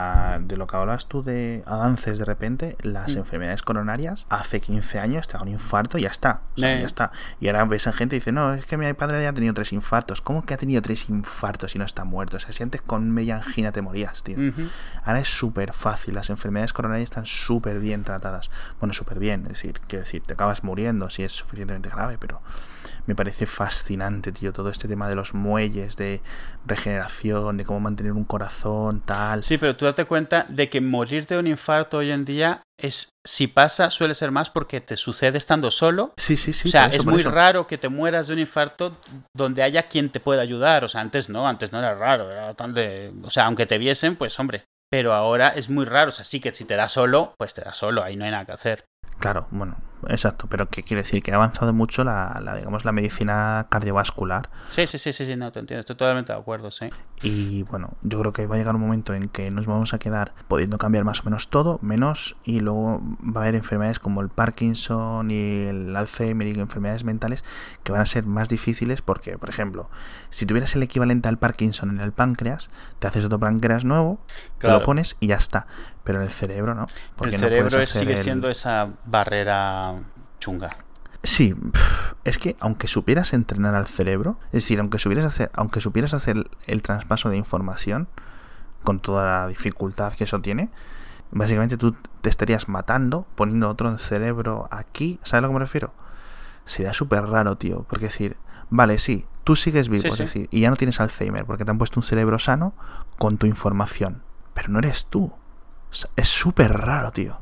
de lo que hablas tú de avances de repente, las enfermedades coronarias, hace 15 años te da un infarto y ya está. O sea, ya está. Y ahora ves a gente y dice, no, es que mi padre ya ha tenido 3 infartos. ¿Cómo que ha tenido 3 infartos y no está muerto? O sea, si antes con media angina te morías, tío. Ahora es súper fácil. Las enfermedades coronarias están súper bien tratadas. Bueno, súper bien. Es decir, quiero decir, te acabas muriendo si es suficientemente grave, pero me parece fascinante, tío, todo este tema de los muelles, de regeneración, de cómo mantener un corazón, tal. Sí, pero tú date cuenta de que morir de un infarto hoy en día si pasa, suele ser más porque te sucede estando solo. Sí, sí, sí. O sea, por eso, es por muy eso. raro que te mueras de un infarto donde haya quien te pueda ayudar. O sea, antes no era raro, era tan de... O sea, aunque te viesen, pues hombre. Pero ahora es muy raro. O sea, sí que si te da solo, pues te da solo, ahí no hay nada que hacer. Claro, bueno, exacto, pero ¿qué quiere decir? Que ha avanzado mucho digamos, la medicina cardiovascular. Sí, no, te entiendo, estoy totalmente de acuerdo, sí. Y bueno, yo creo que va a llegar un momento en que nos vamos a quedar pudiendo cambiar más o menos todo, menos, y luego va a haber enfermedades como el Parkinson y el Alzheimer y enfermedades mentales que van a ser más difíciles porque, por ejemplo, si tuvieras el equivalente al Parkinson en el páncreas, te haces otro páncreas nuevo, Claro. te lo pones y ya está. Pero en el cerebro no. Porque El no cerebro puedes hacer sigue siendo esa barrera chunga. Sí, es que aunque supieras entrenar al cerebro, es decir, aunque supieras hacer el traspaso de información con toda la dificultad que eso tiene, básicamente tú te estarías matando poniendo otro en cerebro aquí. ¿Sabes a lo que me refiero? Sería súper raro, tío, porque decir, vale, sí, tú sigues vivo, Sí, es sí. decir, y ya no tienes Alzheimer porque te han puesto un cerebro sano con tu información, pero no eres tú. O sea, es súper raro, tío.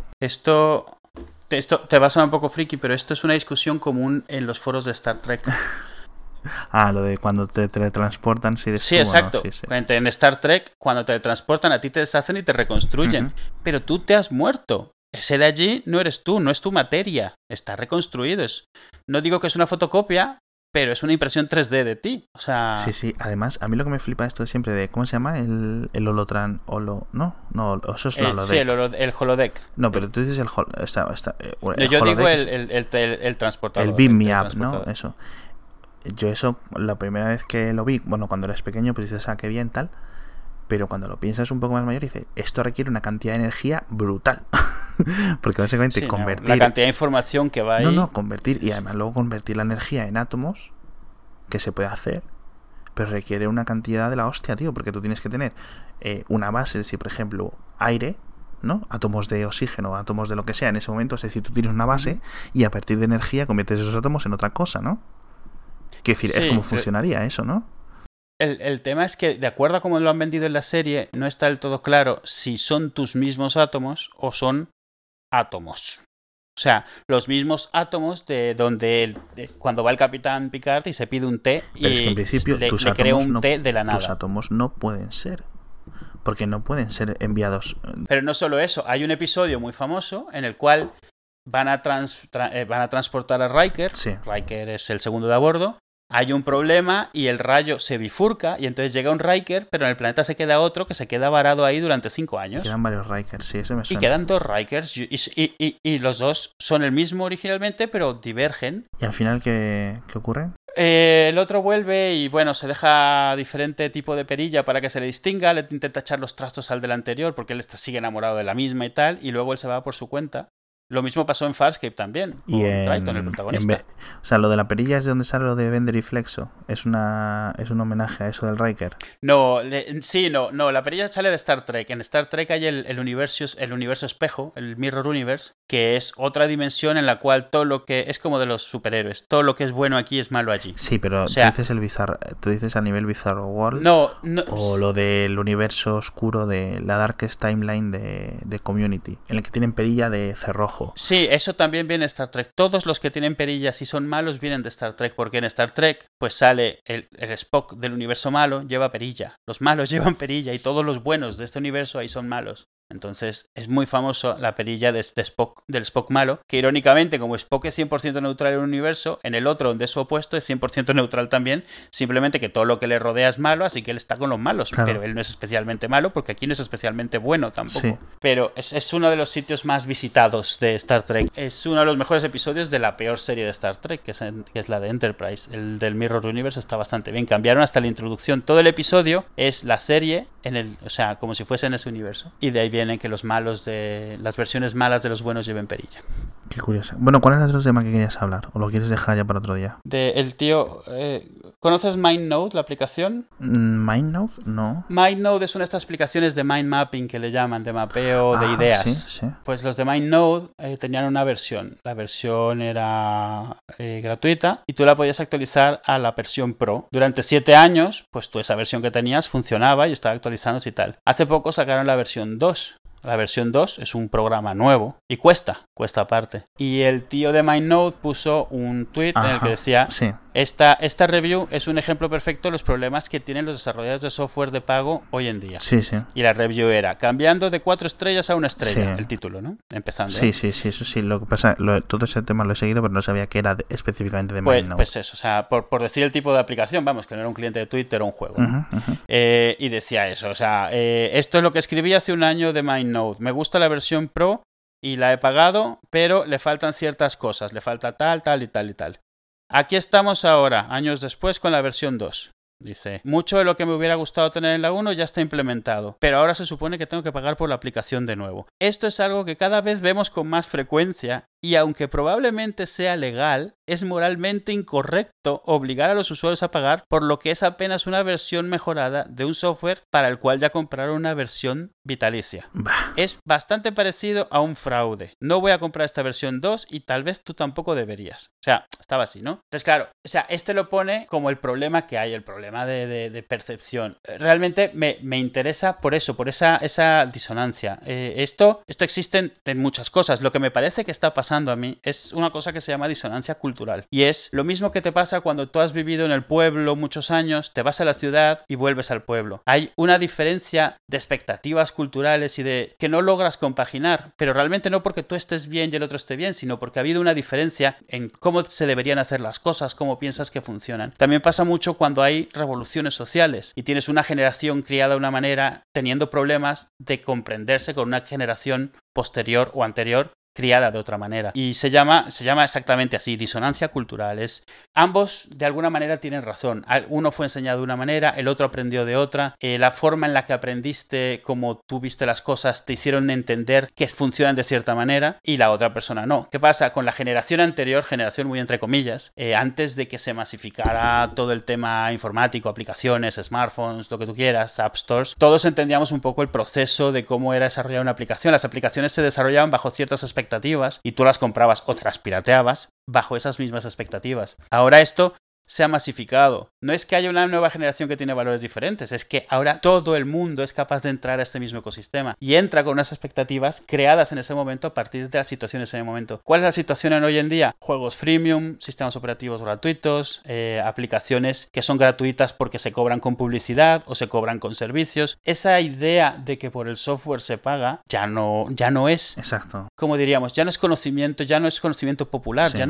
Esto te va a sonar un poco friki, pero esto es una discusión común en los foros de Star Trek. Ah, lo de cuando te teletransportan, si eres Sí, tú, exacto. ¿no? Sí, sí. En Star Trek, cuando te transportan, a ti te deshacen y te reconstruyen. Ujú. Pero tú te has muerto. Ese de allí no eres tú, no es tu materia. Está reconstruido. No digo que es una fotocopia, pero es una impresión 3D de ti. O sea... Sí, sí. Además, a mí lo que me flipa esto es siempre de... ¿Cómo se llama? El holotran... No, eso es la holodeck. Sí, el holodeck. No, pero tú dices el No, yo digo holodeck el transportador. el Beam Me el Up, ¿no? transportador. Eso. Yo eso, la primera vez que lo vi, bueno, cuando eres pequeño, pues dices, qué bien, tal. Pero cuando lo piensas un poco más mayor, dices, esto requiere una cantidad de energía brutal. Porque básicamente Sí, convertir... la cantidad de información que va ahí... No, convertir, y además luego convertir la energía en átomos, que se puede hacer, pero requiere una cantidad de la hostia, tío, porque tú tienes que tener una base, es decir, por ejemplo, aire, ¿no? Átomos de oxígeno, átomos de lo que sea en ese momento, es decir, tú tienes una base y a partir de energía conviertes esos átomos en otra cosa, ¿no? Quiero decir, Sí, es como funcionaría eso, ¿no? El tema es que, de acuerdo a cómo lo han vendido en la serie, no está del todo claro si son tus mismos átomos o son átomos. O sea, los mismos átomos de donde cuando va el Capitán Picard y se pide un té Pero es que en principio le tus crea átomos un té de la nada. Tus átomos no pueden ser. Porque no pueden ser enviados. Pero no solo eso, hay un episodio muy famoso en el cual van a transportar a Riker. Sí. Riker es el segundo de a bordo. Hay un problema y el rayo se bifurca y entonces llega un Riker, pero en el planeta se queda otro que se queda varado ahí durante 5 años. Quedan varios Rikers, sí, eso me suena. Y quedan 2 Rikers y los dos son el mismo originalmente, pero divergen. ¿Y al final qué ocurre? El otro vuelve y bueno, se deja diferente tipo de perilla para que se le distinga, le intenta echar los trastos al del anterior porque él sigue enamorado de la misma y tal, y luego él se va por su cuenta. Lo mismo pasó en Farscape también, con Triton, el protagonista. O sea, lo de la perilla es de donde sale lo de Bender y Flexo. Es un homenaje a eso del Riker. No, la perilla sale de Star Trek. En Star Trek hay el universo espejo, el Mirror Universe, que es otra dimensión en la cual todo lo que es como de los superhéroes. Todo lo que es bueno aquí es malo allí. Sí, pero tú dices a nivel Bizarro World. No. O lo del universo oscuro de la Darkest Timeline de Community, en el que tienen perilla de cerrojo. Sí, eso también viene de Star Trek. Todos los que tienen perillas y son malos vienen de Star Trek, porque en Star Trek pues sale el Spock del universo malo, lleva perilla. Los malos llevan perilla y todos los buenos de este universo ahí son malos. Entonces es muy famoso la perilla del Spock malo, que irónicamente como Spock es 100% neutral en un universo, en el otro donde es su opuesto es 100% neutral también, simplemente que todo lo que le rodea es malo, así que él está con los malos, claro. Pero él no es especialmente malo porque aquí no es especialmente bueno tampoco. Sí. Pero es uno de los sitios más visitados de Star Trek. Es uno de los mejores episodios de la peor serie de Star Trek, que es la de Enterprise. El del Mirror Universe está bastante bien. Cambiaron hasta la introducción. Todo el episodio es la serie o sea, como si fuese en ese universo. Y de ahí viene que las versiones malas de los buenos lleven perilla. Qué curioso. Bueno, ¿cuál es el otro tema que querías hablar? ¿O lo quieres dejar ya para otro día? El tío... ¿Conoces MindNode, la aplicación? ¿MindNode? No. MindNode es una de estas aplicaciones de mind mapping que le llaman, de mapeo de ideas. Sí. Pues los de MindNode tenían una versión. La versión era gratuita y tú la podías actualizar a la versión Pro. Durante 7 años, pues tú esa versión que tenías funcionaba y estaba actualizándose y tal. Hace poco sacaron la versión 2. La versión 2 es un programa nuevo y cuesta aparte. Y el tío de MindNode puso un tweet en el que decía... Sí. Esta review es un ejemplo perfecto de los problemas que tienen los desarrolladores de software de pago hoy en día. Sí. Y la review era cambiando de 4 estrellas a 1 estrella, el título, ¿no? Empezando. Sí, eso sí. Lo que pasa, todo ese tema lo he seguido, pero no sabía que era específicamente de MindNode. Pues eso, o sea, por decir el tipo de aplicación, vamos, que no era un cliente de Twitter o un juego. ¿no? Y decía eso, o sea, esto es lo que escribí hace un año de MindNode. Me gusta la versión Pro y la he pagado, pero le faltan ciertas cosas, le falta tal y tal. Aquí estamos ahora, años después, con la versión 2. Dice, mucho de lo que me hubiera gustado tener en la 1 ya está implementado, pero ahora se supone que tengo que pagar por la aplicación de nuevo. Esto es algo que cada vez vemos con más frecuencia y aunque probablemente sea legal, es moralmente incorrecto obligar a los usuarios a pagar por lo que es apenas una versión mejorada de un software para el cual ya compraron una versión vitalicia. Es bastante parecido a un fraude. No voy a comprar esta versión 2 y tal vez tú tampoco deberías. O sea, estaba así, ¿no? Entonces, claro, o sea, este lo pone como el problema que hay, el problema de percepción. Realmente me interesa por eso, por esa disonancia. Esto existe en muchas cosas. Lo que me parece que está pasando a mí es una cosa que se llama disonancia cultural. Y es lo mismo que te pasa cuando tú has vivido en el pueblo muchos años, te vas a la ciudad y vuelves al pueblo. Hay una diferencia de expectativas culturales y de que no logras compaginar, pero realmente no porque tú estés bien y el otro esté bien, sino porque ha habido una diferencia en cómo se deberían hacer las cosas, cómo piensas que funcionan. También pasa mucho cuando hay revoluciones sociales y tienes una generación criada de una manera teniendo problemas de comprenderse con una generación posterior o anterior criada de otra manera. Y se llama exactamente así, disonancia cultural. Ambos de alguna manera tienen razón. Uno fue enseñado de una manera, el otro aprendió de otra. La forma en la que aprendiste, cómo tú viste las cosas, te hicieron entender que funcionan de cierta manera y la otra persona no. ¿Qué pasa? Con la generación anterior, generación muy entre comillas, antes de que se masificara todo el tema informático, aplicaciones, smartphones, lo que tú quieras, app stores, todos entendíamos un poco el proceso de cómo era desarrollar una aplicación. Las aplicaciones se desarrollaban bajo ciertas expectativas y tú las comprabas o te las pirateabas bajo esas mismas expectativas. Ahora esto se ha masificado. No es que haya una nueva generación que tiene valores diferentes, es que ahora todo el mundo es capaz de entrar a este mismo ecosistema y entra con unas expectativas creadas en ese momento a partir de las situaciones en el momento. ¿Cuál es la situación en hoy en día? Juegos freemium, sistemas operativos gratuitos, aplicaciones que son gratuitas porque se cobran con publicidad o se cobran con servicios. Esa idea de que por el software se paga ya no es. Exacto. Como diríamos, ya no es conocimiento popular, Sí.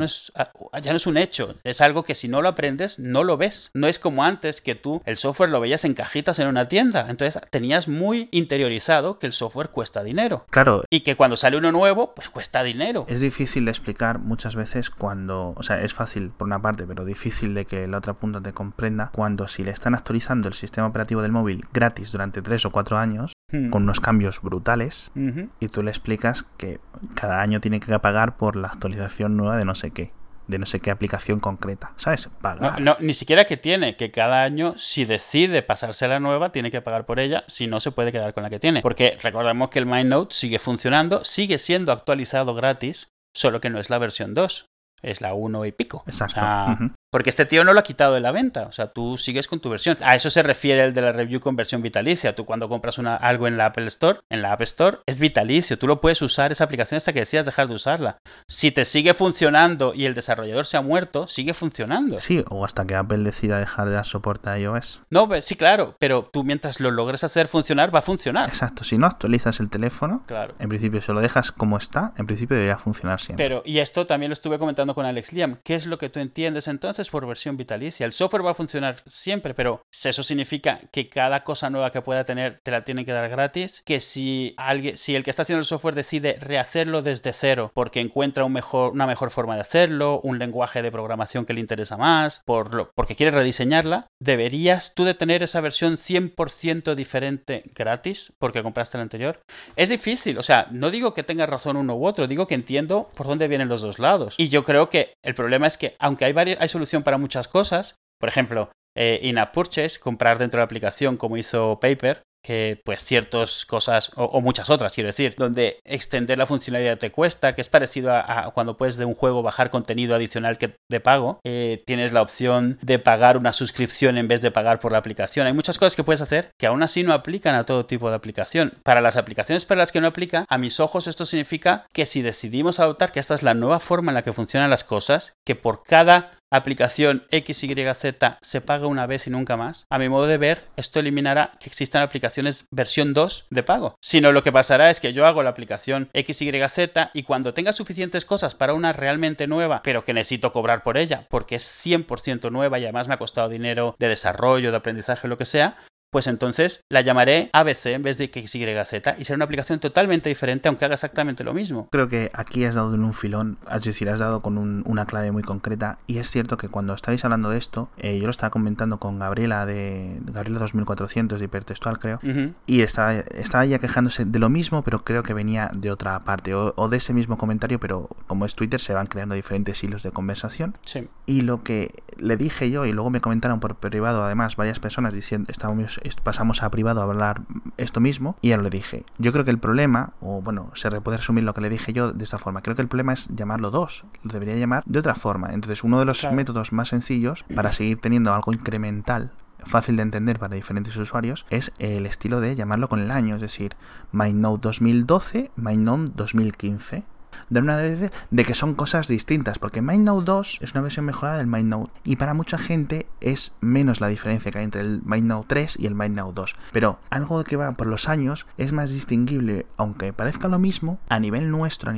ya no es un hecho. Es algo que si no lo aprendes, no lo ves. No es como antes que tú el software lo veías en cajitas en una tienda. Entonces tenías muy interiorizado que el software cuesta dinero. Claro. Y que cuando sale uno nuevo, pues cuesta dinero. Es difícil de explicar muchas veces cuando... O sea, es fácil por una parte, pero difícil de que la otra punta te comprenda cuando si le están actualizando el sistema operativo del móvil gratis durante 3 o 4 años, con unos cambios brutales, y tú le explicas que cada año tiene que pagar por la actualización nueva de no sé qué aplicación concreta, ¿sabes? Pagar. No, ni siquiera que cada año, si decide pasarse a la nueva, tiene que pagar por ella, si no se puede quedar con la que tiene. Porque recordemos que el MindNote sigue funcionando, sigue siendo actualizado gratis, solo que no es la versión 2, es la 1 y pico. Exacto. O sea, porque este tío no lo ha quitado de la venta, o sea, tú sigues con tu versión. A eso se refiere el de la review con versión vitalicia. Tú cuando compras algo en la Apple Store, en la App Store, es vitalicio. Tú lo puedes usar esa aplicación hasta que decidas dejar de usarla. Si te sigue funcionando y el desarrollador se ha muerto, sigue funcionando. Sí, o hasta que Apple decida dejar de dar soporte a iOS. No, sí, claro, pero tú mientras lo logres hacer funcionar, va a funcionar. Exacto, si no actualizas el teléfono, claro, en principio si lo dejas como está, en principio debería funcionar siempre. Pero, y esto también lo estuve comentando con Alex Liam, ¿qué es lo que tú entiendes entonces por versión vitalicia? El software va a funcionar siempre, pero eso significa que cada cosa nueva que pueda tener te la tienen que dar gratis, que si el que está haciendo el software decide rehacerlo desde cero porque encuentra una mejor forma de hacerlo, un lenguaje de programación que le interesa más, porque quiere rediseñarla, ¿deberías tú de tener esa versión 100% diferente gratis porque compraste la anterior? Es difícil, o sea, no digo que tengas razón uno u otro, digo que entiendo por dónde vienen los dos lados. Y yo creo que el problema es que, aunque hay solución para muchas cosas, por ejemplo, in-app purchase, comprar dentro de la aplicación como hizo Paper, que pues ciertas cosas, o muchas otras, quiero decir, donde extender la funcionalidad te cuesta, que es parecido a cuando puedes de un juego bajar contenido adicional de pago, tienes la opción de pagar una suscripción en vez de pagar por la aplicación. Hay muchas cosas que puedes hacer que aún así no aplican a todo tipo de aplicación. Para las aplicaciones para las que no aplica, a mis ojos esto significa que si decidimos adoptar que esta es la nueva forma en la que funcionan las cosas, que por cada aplicación XYZ se paga una vez y nunca más, a mi modo de ver, esto eliminará que existan aplicaciones versión 2 de pago. Sino lo que pasará es que yo hago la aplicación XYZ y cuando tenga suficientes cosas para una realmente nueva, pero que necesito cobrar por ella, porque es 100% nueva y además me ha costado dinero de desarrollo, de aprendizaje, lo que sea, pues entonces la llamaré ABC en vez de XYZ y será una aplicación totalmente diferente aunque haga exactamente lo mismo. Creo que aquí has dado en un filón, es decir, has dado con una clave muy concreta, y es cierto que cuando estabais hablando de esto, yo lo estaba comentando con Gabriela de Gabriela 2400 de Hipertextual, creo, y estaba ella quejándose de lo mismo, pero creo que venía de otra parte, o de ese mismo comentario, pero como es Twitter se van creando diferentes hilos de conversación. Sí. Y lo que le dije yo, y luego me comentaron por privado además varias personas diciendo, pasamos a privado a hablar esto mismo, y ya le dije, yo creo que el problema, o bueno, se puede resumir lo que le dije yo de esta forma, creo que el problema es llamarlo 2, lo debería llamar de otra forma. Entonces uno de los métodos más sencillos para seguir teniendo algo incremental fácil de entender para diferentes usuarios es el estilo de llamarlo con el año, es decir, MindNote 2012, MindNote 2015, de una vez de que son cosas distintas, porque MindNote 2 es una versión mejorada del MindNote y para mucha gente es menos la diferencia que hay entre el MindNote 3 y el MindNote 2, pero algo que va por los años es más distinguible, aunque parezca lo mismo, a nivel nuestro,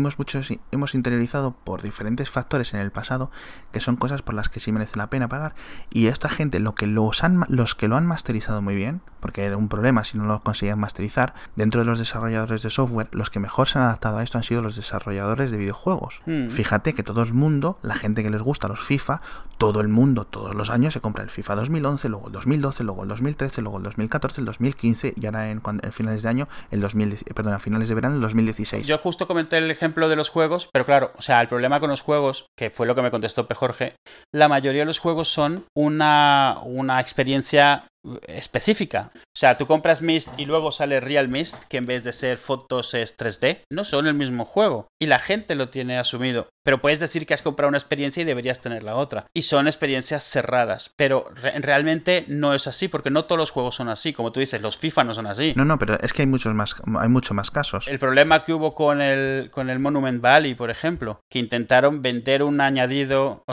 hemos interiorizado por diferentes factores en el pasado que son cosas por las que sí merece la pena pagar, y esta gente, los que lo han masterizado muy bien, porque era un problema si no lo conseguían masterizar, dentro de los desarrolladores de software, los que mejor se han adaptado a esto han sido los desarrolladores de videojuegos. Fíjate que todo el mundo, la gente que les gusta los FIFA, todo el mundo, todos los años se compra el FIFA 2011, luego el 2012, luego el 2013, luego el 2014, el 2015 y ahora en finales de año, a finales de verano, el 2016. Yo justo comenté el ejemplo de los juegos, pero claro, o sea, el problema con los juegos, que fue lo que me contestó P. Jorge, la mayoría de los juegos son una experiencia específica. O sea, tú compras Myst y luego sale Real Myst, que en vez de ser fotos es 3D. No son el mismo juego. Y la gente lo tiene asumido. Pero puedes decir que has comprado una experiencia y deberías tener la otra. Y son experiencias cerradas. Pero realmente no es así, porque no todos los juegos son así. Como tú dices, los FIFA no son así. No, pero es que hay muchos más casos. El problema que hubo con el Monument Valley, por ejemplo, que intentaron vender un añadido,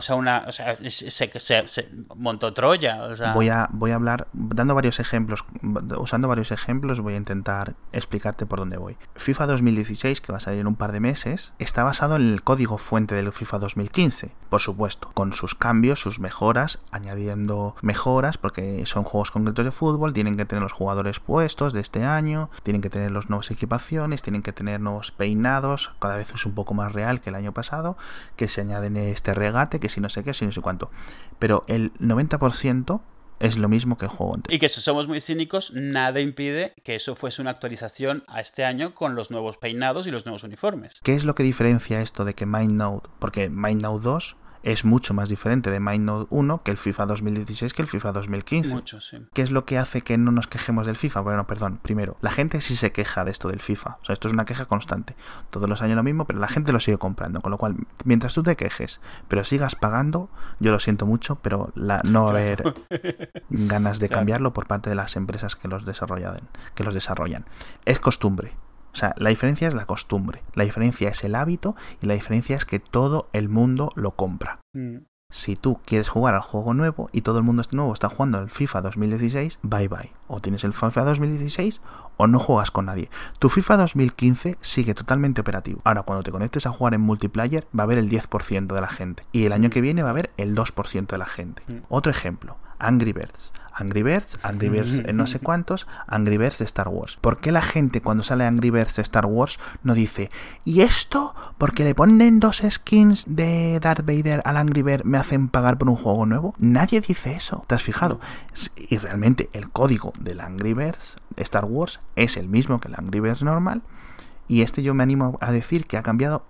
se montó Troya. O sea... Voy a hablar, dando varios ejemplos, usando varios ejemplos, voy a intentar explicarte por dónde voy. FIFA 2016, que va a salir en un par de meses, está basado en el código fuente del FIFA 2015, por supuesto, con sus cambios, sus mejoras, añadiendo mejoras, porque son juegos concretos de fútbol, tienen que tener los jugadores puestos de este año, tienen que tener las nuevas equipaciones, tienen que tener nuevos peinados, cada vez es un poco más real que el año pasado, que se añaden este regate, que si no sé qué, si no sé cuánto. Pero el 90% es lo mismo que el juego anterior. Y que si somos muy cínicos, nada impide que eso fuese una actualización a este año con los nuevos peinados y los nuevos uniformes. ¿Qué es lo que diferencia esto de que MindNode? Porque MindNode 2 es mucho más diferente de MindNode 1 que el FIFA 2016 que el FIFA 2015. Mucho, sí. ¿Qué es lo que hace que no nos quejemos del FIFA? Bueno, perdón, primero, la gente sí se queja de esto del FIFA. O sea, esto es una queja constante. Todos los años lo mismo, pero la gente lo sigue comprando. Con lo cual, mientras tú te quejes, pero sigas pagando, yo lo siento mucho, pero no va a haber ganas de cambiarlo por parte de las empresas que los desarrollan. Es costumbre. O sea, la diferencia es la costumbre, la diferencia es el hábito y la diferencia es que todo el mundo lo compra. Si tú quieres jugar al juego nuevo y todo el mundo nuevo está jugando al FIFA 2016, bye bye. O tienes el FIFA 2016 o no juegas con nadie. Tu FIFA 2015 sigue totalmente operativo. Ahora, cuando te conectes a jugar en multiplayer, va a haber el 10% de la gente. Y el año que viene va a haber el 2% de la gente. Otro ejemplo, Angry Birds no sé cuántos, Angry Birds de Star Wars. ¿Por qué la gente cuando sale Angry Birds de Star Wars no dice, ¿y esto? Porque le ponen 2 skins de Darth Vader al Angry Bird me hacen pagar por un juego nuevo? Nadie dice eso, ¿te has fijado? Y realmente el código del Angry Birds Star Wars es el mismo que el Angry Birds normal. Y yo me animo a decir que ha cambiado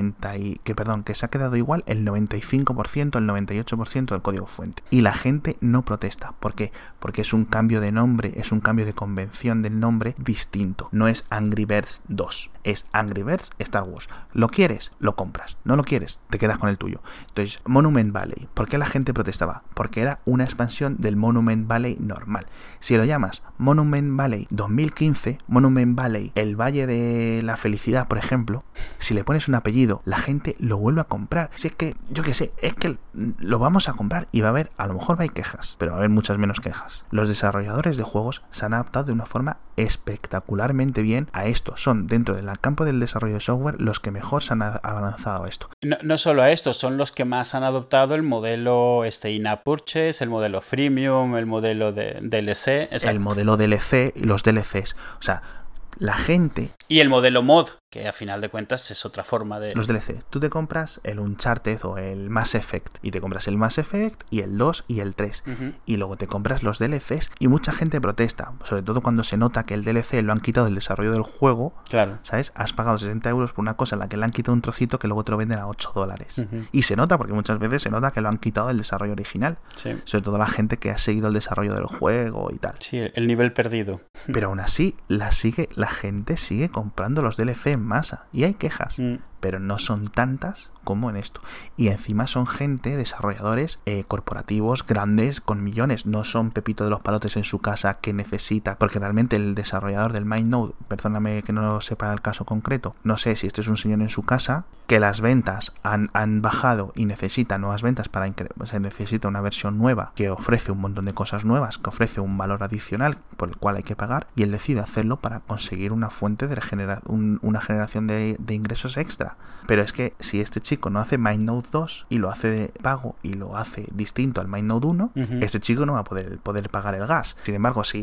que se ha quedado igual el 95%, el 98% del código fuente. Y la gente no protesta. ¿Por qué? Porque es un cambio de nombre, es un cambio de convención del nombre distinto. No es Angry Birds 2, es Angry Birds Star Wars. ¿Lo quieres? Lo compras. ¿No lo quieres? Te quedas con el tuyo. Entonces, Monument Valley. ¿Por qué la gente protestaba? Porque era una expansión del Monument Valley normal. Si lo llamas Monument Valley 2015, Monument Valley, el Valle de la Felicidad, por ejemplo, si le pones un apellido, la gente lo vuelve a comprar. Si es que, yo qué sé, es que lo vamos a comprar y va a haber, a lo mejor va a haber quejas, pero va a haber muchas menos quejas. Los desarrolladores de juegos se han adaptado de una forma espectacularmente bien a esto. Son, dentro del campo del desarrollo de software, los que mejor se han avanzado a esto. No solo a esto, son los que más han adoptado el modelo in-app purchase, el modelo freemium, el modelo de DLC. Exacto. El modelo DLC y los DLCs. O sea, la gente... Y el modelo mod, que a final de cuentas es otra forma de... Los DLC. Tú te compras el Uncharted o el Mass Effect y te compras el Mass Effect y el 2 y el 3 y luego te compras los DLCs y mucha gente protesta, sobre todo cuando se nota que el DLC lo han quitado del desarrollo del juego. Claro. ¿Sabes? Has pagado 60 euros por una cosa en la que le han quitado un trocito que luego te lo venden a $8. Y se nota, porque muchas veces se nota que lo han quitado del desarrollo original. Sí. Sobre todo la gente que ha seguido el desarrollo del juego y tal. Sí, el nivel perdido. Pero aún así, la gente sigue comprando los DLC en masa. Y hay quejas. Pero no son tantas como en esto. Y encima son gente, desarrolladores corporativos, grandes, con millones. No son Pepito de los Palotes en su casa que necesita. Porque realmente el desarrollador del MindNode, perdóname que no sepa el caso concreto, no sé si este es un señor en su casa, que las ventas han bajado y necesita nuevas ventas se necesita una versión nueva que ofrece un montón de cosas nuevas, que ofrece un valor adicional por el cual hay que pagar, y él decide hacerlo para conseguir una fuente de una generación de ingresos extra. Pero es que si este chico no hace MindNode 2 y lo hace de pago y lo hace distinto al MindNode 1, este chico no va a poder pagar el gas. Sin embargo, si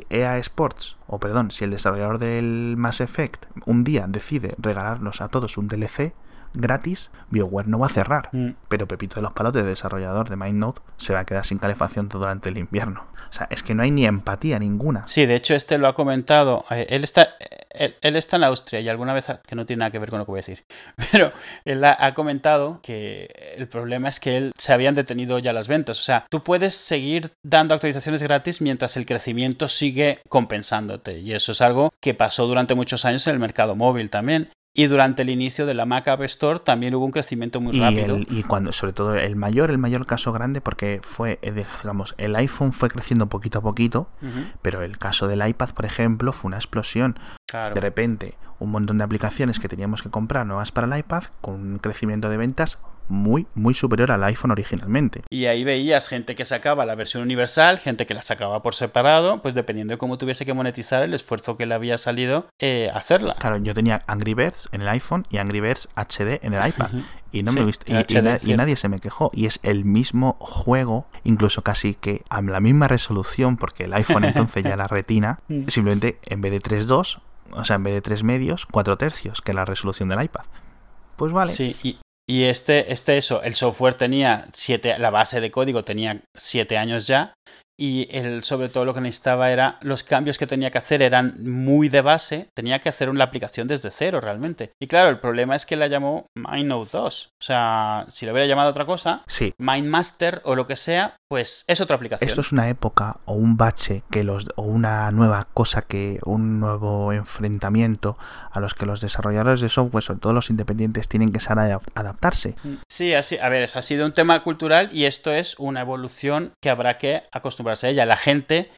si el desarrollador del Mass Effect un día decide regalarnos a todos un DLC gratis, BioWare no va a cerrar. Pero Pepito de los Palotes, desarrollador de MindNode, se va a quedar sin calefacción todo durante el invierno. O sea, es que no hay ni empatía ninguna. Sí, de hecho lo ha comentado. Él él está en Austria y alguna vez, que no tiene nada que ver con lo que voy a decir, pero él ha comentado que el problema es que se habían detenido ya las ventas. O sea, tú puedes seguir dando actualizaciones gratis mientras el crecimiento sigue compensándote. Y eso es algo que pasó durante muchos años en el mercado móvil también. Y durante el inicio de la Mac App Store también hubo un crecimiento muy rápido. Y cuando, sobre todo, el mayor caso grande, porque fue, digamos, el iPhone fue creciendo poquito a poquito, pero el caso del iPad, por ejemplo, fue una explosión. Claro. De repente, un montón de aplicaciones que teníamos que comprar nuevas para el iPad, con un crecimiento de ventas muy, muy superior al iPhone originalmente. Y ahí veías gente que sacaba la versión universal, gente que la sacaba por separado, pues dependiendo de cómo tuviese que monetizar el esfuerzo que le había salido hacerla. Claro, yo tenía Angry Birds en el iPhone y Angry Birds HD en el iPad. Y no me viste, y nadie se me quejó. Y es el mismo juego, incluso casi que a la misma resolución, porque el iPhone entonces ya la retina, simplemente en vez de 3.2, o sea, en vez de 3 medios, 4 tercios, que es la resolución del iPad. Pues vale. Sí, y eso, el software tenía la base de código tenía 7 años ya, y sobre todo lo que necesitaba era, los cambios que tenía que hacer eran muy de base, tenía que hacer una aplicación desde cero realmente. Y claro, el problema es que la llamó MindNote 2. O sea, si lo hubiera llamado otra cosa, sí, MindMaster o lo que sea, pues es otra aplicación. Esto es una época o un bache o una nueva cosa, un nuevo enfrentamiento a los que los desarrolladores de software, sobre todo los independientes, tienen que saber adaptarse. Sí, así, a ver, ha sido un tema cultural y esto es una evolución que habrá que acostumbrarse a ella. La gente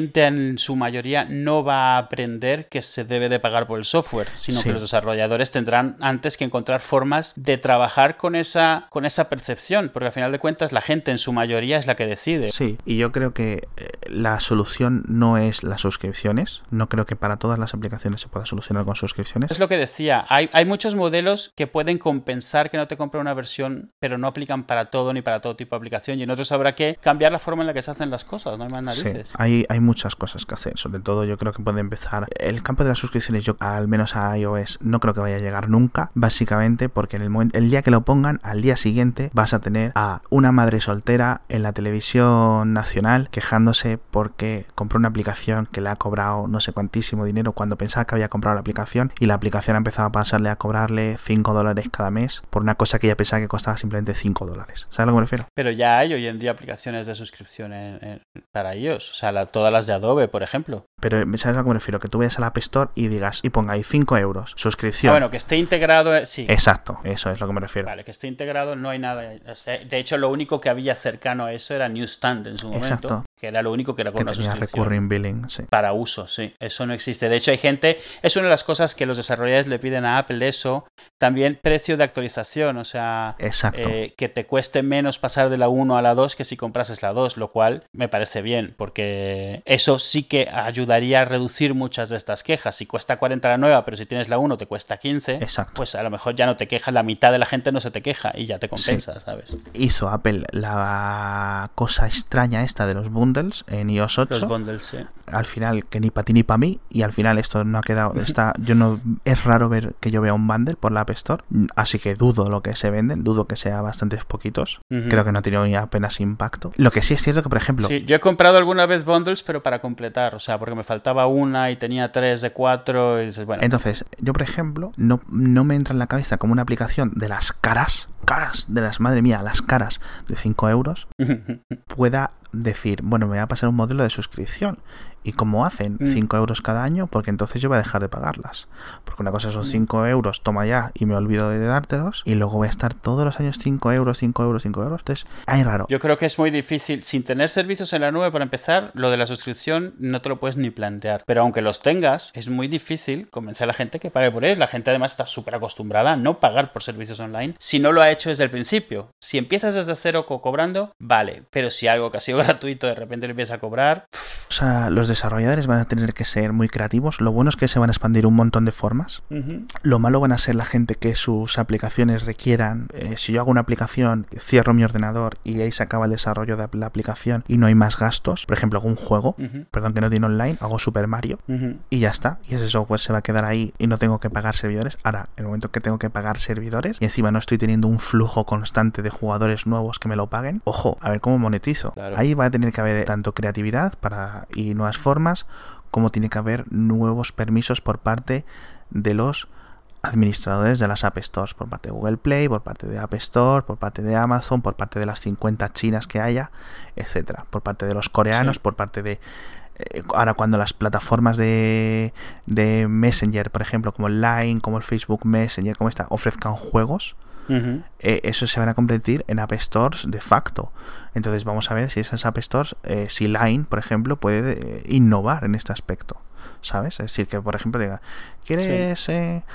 en su mayoría no va a aprender que se debe de pagar por el software, sino que los desarrolladores tendrán antes que encontrar formas de trabajar con esa percepción, porque al final de cuentas la gente en su mayoría es la que decide. Sí, y yo creo que la solución no es las suscripciones. No creo que para todas las aplicaciones se pueda solucionar con suscripciones. Es lo que decía, hay muchos modelos que pueden compensar que no te compre una versión, pero no aplican para todo ni para todo tipo de aplicación, y en otros habrá que cambiar la forma en la que se hacen las cosas. No hay más narices. Sí, hay muchas cosas que hacer. Sobre todo yo creo que puede empezar el campo de las suscripciones. Yo al menos a iOS no creo que vaya a llegar nunca, básicamente porque el día que lo pongan, al día siguiente vas a tener a una madre soltera en la televisión nacional quejándose porque compró una aplicación que le ha cobrado no sé cuantísimo dinero cuando pensaba que había comprado la aplicación, y la aplicación ha empezado a pasarle a cobrarle $5 cada mes por una cosa que ella pensaba que costaba simplemente $5. ¿Sabes a lo que me refiero? Pero ya hay hoy en día aplicaciones de suscripción para iOS, o sea, todas las de Adobe, por ejemplo. Pero ¿sabes a lo que me refiero? Que tú vayas a la App Store y digas, y ponga ahí 5 euros, suscripción. Bueno, que esté integrado, sí. Exacto, eso es lo que me refiero. Vale, que esté integrado, no hay nada. De hecho, lo único que había cercano a eso era Newsstand en su momento, que era lo único que era con una suscripción. Recurring billing, sí. Para uso, sí. Eso no existe. De hecho, hay gente, es una de las cosas que los desarrolladores le piden a Apple, eso. También precio de actualización, o sea, que te cueste menos pasar de la 1 a la 2 que si comprases la 2, lo cual me parece bien, porque eso sí que ayudaría a reducir muchas de estas quejas. Si cuesta 40 la nueva, pero si tienes la 1 te cuesta 15, pues a lo mejor ya no te quejas, la mitad de la gente no se te queja y ya te compensa, ¿sabes? Hizo Apple la cosa extraña esta de los bundles en iOS 8. Los bundles, sí. Al final, que ni para ti ni para mí, y al final esto no ha quedado, es raro ver que yo vea un bundle por la App Store, así que dudo lo que se venden, dudo que sea bastantes poquitos. Creo que no ha tenido ni apenas impacto. Lo que sí es cierto que, por ejemplo... Sí, yo he comprado alguna vez bundles, pero para completar, o sea, porque me faltaba una y tenía 3 de 4 y dices, bueno... Entonces, yo, por ejemplo, no me entra en la cabeza como una aplicación de las caras de las, madre mía, las caras de 5 euros, pueda decir, bueno, me voy a pasar un modelo de suscripción. ¿Y cómo hacen? 5 euros cada año, porque entonces yo voy a dejar de pagarlas. Porque una cosa son 5 euros, toma ya, y me olvido de dártelos, y luego voy a estar todos los años 5 euros. Entonces, hay raro. Yo creo que es muy difícil, sin tener servicios en la nube, para empezar, lo de la suscripción no te lo puedes ni plantear. Pero aunque los tengas, es muy difícil convencer a la gente que pague por él. La gente además está súper acostumbrada a no pagar por servicios online si no lo ha hecho desde el principio. Si empiezas desde cero cobrando, vale. Pero si algo que ha sido gratuito de repente le empieza a cobrar... O sea, los desarrolladores van a tener que ser muy creativos. Lo bueno es que se van a expandir un montón de formas. Lo malo van a ser la gente que sus aplicaciones requieran. Si yo hago una aplicación, cierro mi ordenador y ahí se acaba el desarrollo de la aplicación y no hay más gastos. Por ejemplo, hago un juego, que no tiene online, hago Super Mario y ya está. Y ese software se va a quedar ahí y no tengo que pagar servidores. Ahora, en el momento que tengo que pagar servidores y encima no estoy teniendo un flujo constante de jugadores nuevos que me lo paguen, ojo, a ver cómo monetizo. Claro. Ahí va a tener que haber tanto creatividad y nuevas formas, como tiene que haber nuevos permisos por parte de los administradores de las App Stores, por parte de Google Play, por parte de App Store, por parte de Amazon, por parte de las 50 chinas que haya, etcétera, por parte de los coreanos, por parte de ahora cuando las plataformas de Messenger, por ejemplo, como el Line, como el Facebook Messenger, como esta, ofrezcan juegos, eso se van a convertir en App Stores de facto. Entonces vamos a ver si esas App Stores, si Line, por ejemplo, puede innovar en este aspecto, ¿sabes? Es decir, que por ejemplo diga, ¿quieres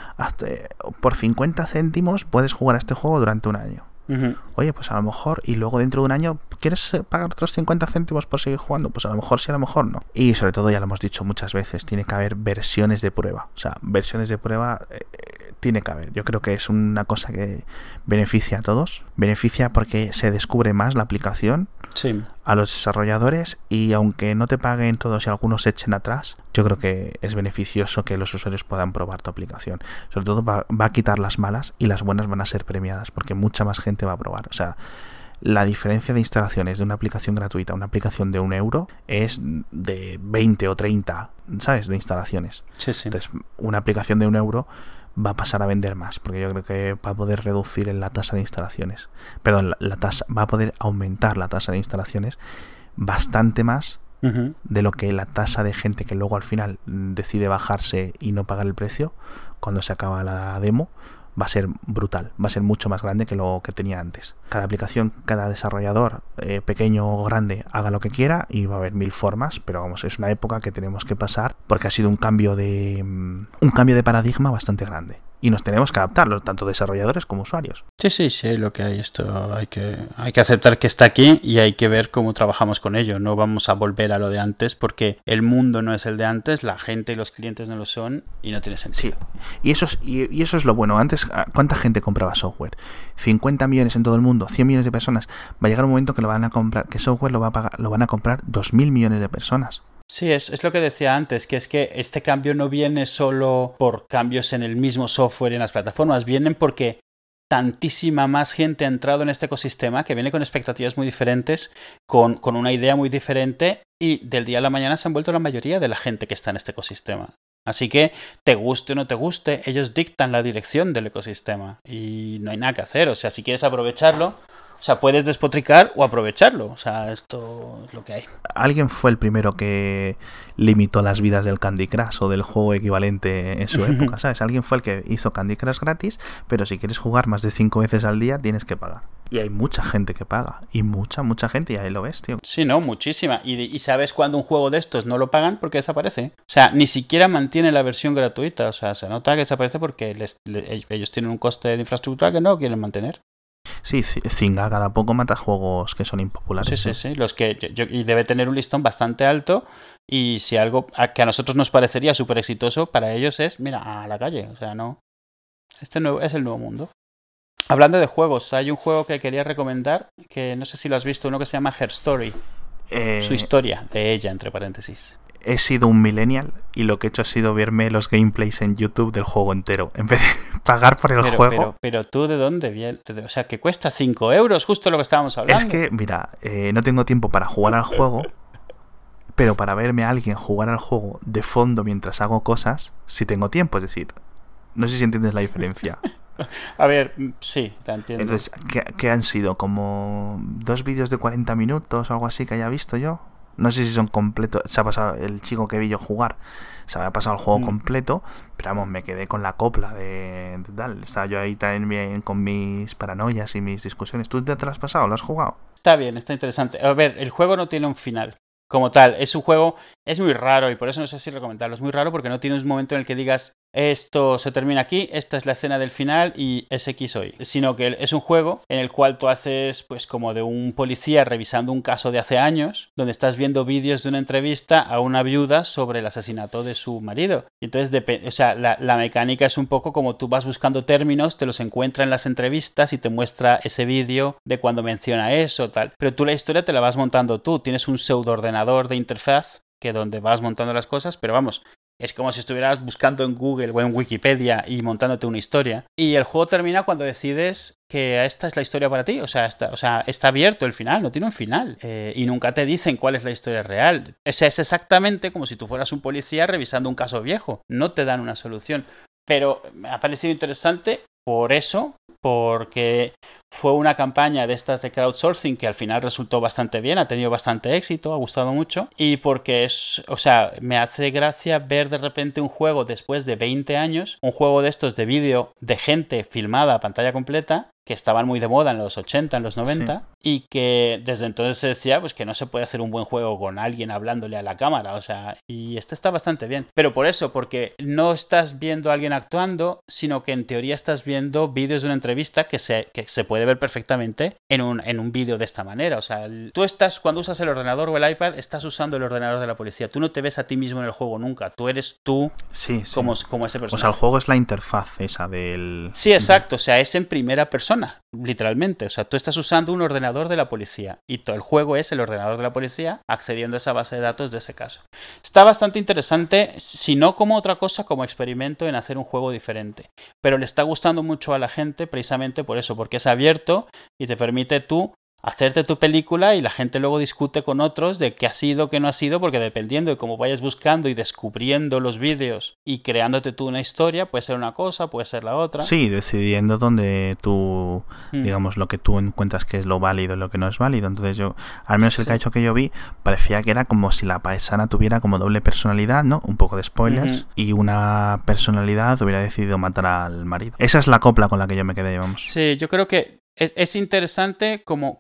por 50 céntimos puedes jugar a este juego durante un año? Oye, pues a lo mejor, y luego dentro de un año, ¿quieres pagar otros 50 céntimos por seguir jugando? Pues a lo mejor sí, a lo mejor no. Y sobre todo, ya lo hemos dicho muchas veces, tiene que haber versiones de prueba. O sea, versiones de prueba tiene que haber. Yo creo que es una cosa que beneficia a todos. Beneficia porque se descubre más la aplicación a los desarrolladores, y aunque no te paguen todos y algunos se echen atrás, yo creo que es beneficioso que los usuarios puedan probar tu aplicación. Sobre todo va a quitar las malas y las buenas van a ser premiadas porque mucha más gente va a probar. O sea, la diferencia de instalaciones de una aplicación gratuita a una aplicación de €1 es de 20 o 30, ¿sabes? De instalaciones. Entonces, una aplicación de €1 va a pasar a vender más, porque yo creo que va a poder reducir en la tasa de instalaciones. Perdón, la tasa va a poder aumentar la tasa de instalaciones bastante más de lo que la tasa de gente que luego al final decide bajarse y no pagar el precio cuando se acaba la demo. Va a ser brutal, va a ser mucho más grande que lo que tenía antes. Cada aplicación, cada desarrollador, pequeño o grande, haga lo que quiera y va a haber 1000 formas, pero vamos, es una época que tenemos que pasar porque ha sido un cambio de paradigma bastante grande. Y nos tenemos que adaptarlo, tanto desarrolladores como usuarios. Sí, lo que hay. Esto hay que aceptar que está aquí y hay que ver cómo trabajamos con ello. No vamos a volver a lo de antes porque el mundo no es el de antes, la gente y los clientes no lo son y no tiene sentido. Sí, y eso es lo bueno. Antes, ¿cuánta gente compraba software? 50 millones en todo el mundo, 100 millones de personas. Va a llegar un momento que lo van a comprar, que software lo van a comprar 2000 millones de personas. Sí, es lo que decía antes, que es que este cambio no viene solo por cambios en el mismo software y en las plataformas, vienen porque tantísima más gente ha entrado en este ecosistema que viene con expectativas muy diferentes, con una idea muy diferente, y del día a la mañana se han vuelto la mayoría de la gente que está en este ecosistema. Así que, te guste o no te guste, ellos dictan la dirección del ecosistema y no hay nada que hacer. O sea, si quieres aprovecharlo, o sea, puedes despotricar o aprovecharlo. O sea, esto es lo que hay. Alguien fue el primero que limitó las vidas del Candy Crush o del juego equivalente en su época, ¿sabes? Alguien fue el que hizo Candy Crush gratis, pero si quieres jugar más de 5 veces al día tienes que pagar. Y hay mucha gente que paga. Y mucha gente, y ahí lo ves, tío. Sí, no, muchísima. Y sabes cuando un juego de estos no lo pagan porque desaparece. O sea, ni siquiera mantiene la versión gratuita. O sea, se nota que desaparece porque ellos tienen un coste de infraestructura que no quieren mantener. Sí, Zynga cada poco mata juegos que son impopulares. Sí. Los que y debe tener un listón bastante alto. Y si algo que a nosotros nos parecería súper exitoso, para ellos es, mira, a la calle. O sea, no. Este es el nuevo mundo. Hablando de juegos, hay un juego que quería recomendar, que no sé si lo has visto, uno que se llama Her Story. Su historia, de ella, entre paréntesis. He sido un millennial y lo que he hecho ha sido verme los gameplays en YouTube del juego entero, en vez de pagar por el juego. Pero tú, ¿de dónde vienes? O sea, que cuesta 5 euros, justo lo que estábamos hablando. Es que, mira, no tengo tiempo para jugar al juego, pero para verme a alguien jugar al juego de fondo mientras hago cosas, sí tengo tiempo. Es decir, no sé si entiendes la diferencia. A ver, sí, la entiendo. Entonces, ¿qué han sido? ¿Como 2 vídeos de 40 minutos o algo así que haya visto yo? No sé si son completos. Se ha pasado el chico que vi yo jugar, se había pasado el juego completo, pero vamos, me quedé con la copla de tal. Estaba yo ahí también con mis paranoias y mis discusiones. ¿Tú te lo has pasado? ¿Lo has jugado? Está bien, está interesante. A ver, el juego no tiene un final como tal. Es un juego, es muy raro y por eso no sé si recomendarlo. Es muy raro porque no tiene un momento en el que digas, esto se termina aquí, esta es la escena del final y es X hoy. Sino que es un juego en el cual tú haces pues como de un policía revisando un caso de hace años, donde estás viendo vídeos de una entrevista a una viuda sobre el asesinato de su marido. Y entonces, o sea, la mecánica es un poco como tú vas buscando términos, te los encuentra en las entrevistas y te muestra ese vídeo de cuando menciona eso, tal. Pero tú la historia te la vas montando tú, tienes un pseudo ordenador de interfaz que donde vas montando las cosas, pero vamos, Es como si estuvieras buscando en Google o en Wikipedia y montándote una historia. Y el juego termina cuando decides que esta es la historia para ti. O sea, está abierto el final, no tiene un final. Y nunca te dicen cuál es la historia real. O sea, es exactamente como si tú fueras un policía revisando un caso viejo. No te dan una solución. Pero me ha parecido interesante por eso, porque fue una campaña de estas de crowdsourcing que al final resultó bastante bien, ha tenido bastante éxito, ha gustado mucho, y porque me hace gracia ver de repente un juego después de 20 años, un juego de estos de vídeo de gente filmada a pantalla completa, que estaban muy de moda en los 80, en los 90, y que desde entonces se decía pues que no se puede hacer un buen juego con alguien hablándole a la cámara, o sea, y este está bastante bien. Pero por eso, porque no estás viendo a alguien actuando, sino que en teoría estás viendo vídeos de una entrevista que se puede ver perfectamente en un vídeo de esta manera. O sea, tú estás, cuando usas el ordenador o el iPad, estás usando el ordenador de la policía. Tú no te ves a ti mismo en el juego nunca. Tú eres tú como ese personaje. O sea, el juego es la interfaz esa del... Sí, exacto. O sea, es en primera persona, literalmente. O sea, tú estás usando un ordenador de la policía y todo el juego es el ordenador de la policía accediendo a esa base de datos de ese caso. Está bastante interesante, si no como otra cosa, como experimento en hacer un juego diferente. Pero le está gustando mucho a la gente precisamente por eso, porque es abierto y te permite tú hacerte tu película y la gente luego discute con otros de qué ha sido, qué no ha sido, porque dependiendo de cómo vayas buscando y descubriendo los vídeos y creándote tú una historia, puede ser una cosa, puede ser la otra. Sí, decidiendo dónde tú, digamos, lo que tú encuentras que es lo válido y lo que no es válido. Entonces yo, al menos el cacho que yo vi, parecía que era como si la paisana tuviera como doble personalidad, ¿no? Un poco de spoilers. Y una personalidad hubiera decidido matar al marido. Esa es la copla con la que yo me quedé, vamos. Sí, yo creo que es interesante como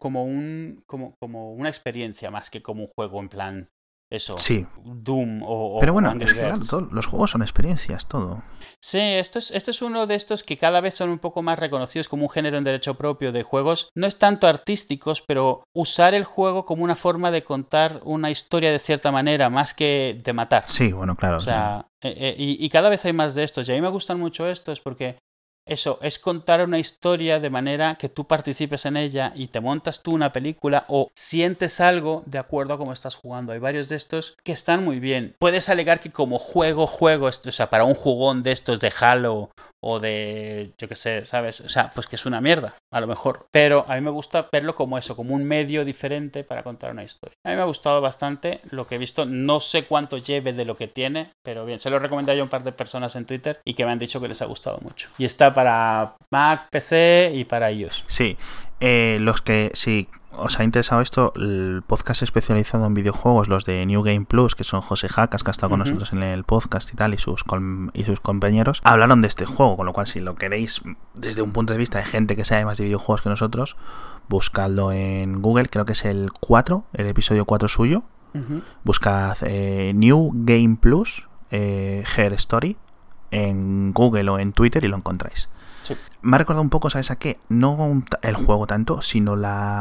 una experiencia más que como un juego en plan eso, sí. Doom o pero bueno, Angry es que claro, los juegos son experiencias, todo. Sí, esto es uno de estos que cada vez son un poco más reconocidos como un género en derecho propio de juegos. No es tanto artísticos, pero usar el juego como una forma de contar una historia de cierta manera, más que de matar. Sí, bueno, claro. O sea, y cada vez hay más de estos. Y a mí me gustan mucho estos porque eso es contar una historia de manera que tú participes en ella y te montas tú una película o sientes algo de acuerdo a cómo estás jugando. Hay varios de estos que están muy bien. Puedes alegar que como juego, o sea, para un jugón de estos de Halo o de, yo qué sé, ¿sabes? O sea, pues que es una mierda, a lo mejor. Pero a mí me gusta verlo como eso, como un medio diferente para contar una historia. A mí me ha gustado bastante lo que he visto. No sé cuánto lleve de lo que tiene, pero bien, se lo he recomendado yo a un par de personas en Twitter y que me han dicho que les ha gustado mucho. Y está para Mac, PC y para iOS. Sí, los que si os ha interesado esto, el podcast especializado en videojuegos, los de New Game Plus, que son José Jacas, que ha estado con nosotros en el podcast y tal, y sus compañeros, hablaron de este juego, con lo cual si lo queréis desde un punto de vista de gente que sabe más de videojuegos que nosotros, buscadlo en Google, creo que es el episodio 4 suyo. Buscad New Game Plus Her Story en Google o en Twitter y lo encontráis. Sí. Me ha recordado un poco, ¿sabes a qué? No el juego tanto, sino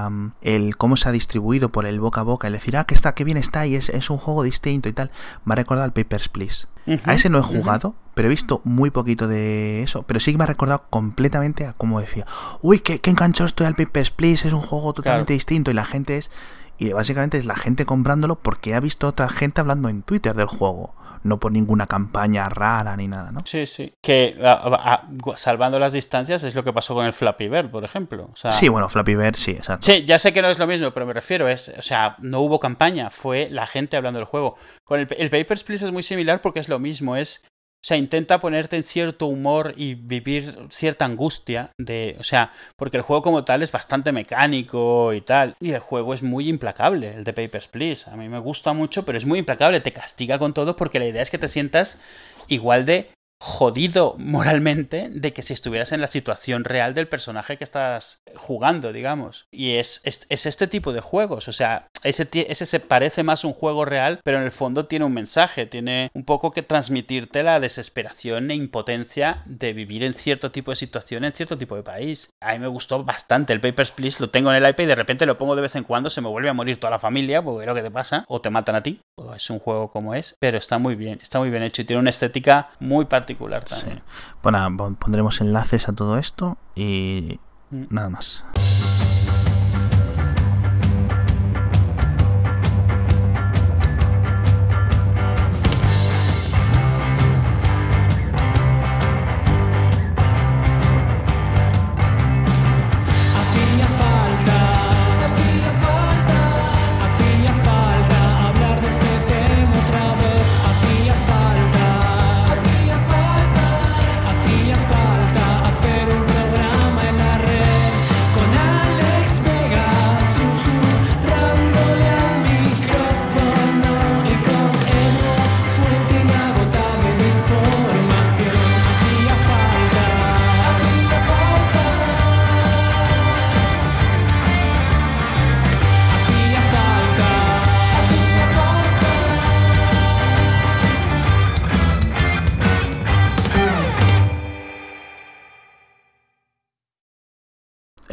el cómo se ha distribuido por el boca a boca, el decir, qué bien está y es un juego distinto y tal. Me ha recordado al Papers, Please. A ese no he jugado, pero he visto muy poquito de eso, pero sí que me ha recordado completamente a cómo decía, uy, qué enganchado estoy al Papers, Please, es un juego totalmente distinto y la gente y básicamente es la gente comprándolo porque ha visto otra gente hablando en Twitter del juego. No por ninguna campaña rara ni nada, ¿no? Sí, sí. Que salvando las distancias es lo que pasó con el Flappy Bird, por ejemplo. O sea, sí, bueno, Flappy Bird, sí, exacto. Sí, ya sé que no es lo mismo, pero me refiero, o sea, no hubo campaña, fue la gente hablando del juego. Con el Papers, Please es muy similar porque es lo mismo, o sea, intenta ponerte en cierto humor y vivir cierta angustia o sea, porque el juego como tal es bastante mecánico y tal, y el juego es muy implacable, el de Papers, Please. A mí me gusta mucho, pero es muy implacable, te castiga con todo porque la idea es que te sientas igual de jodido moralmente de que si estuvieras en la situación real del personaje que estás jugando, digamos. Y es este tipo de juegos, o sea, ese se parece más a un juego real, pero en el fondo tiene un mensaje, tiene un poco que transmitirte la desesperación e impotencia de vivir en cierto tipo de situación, en cierto tipo de país. A mí me gustó bastante el Papers, Please, lo tengo en el iPad y de repente lo pongo de vez en cuando, se me vuelve a morir toda la familia, porque es lo que te pasa, o te matan a ti, o es un juego como es, pero está muy bien hecho y tiene una estética muy particular. Sí. Bueno, pondremos enlaces a todo esto y nada más.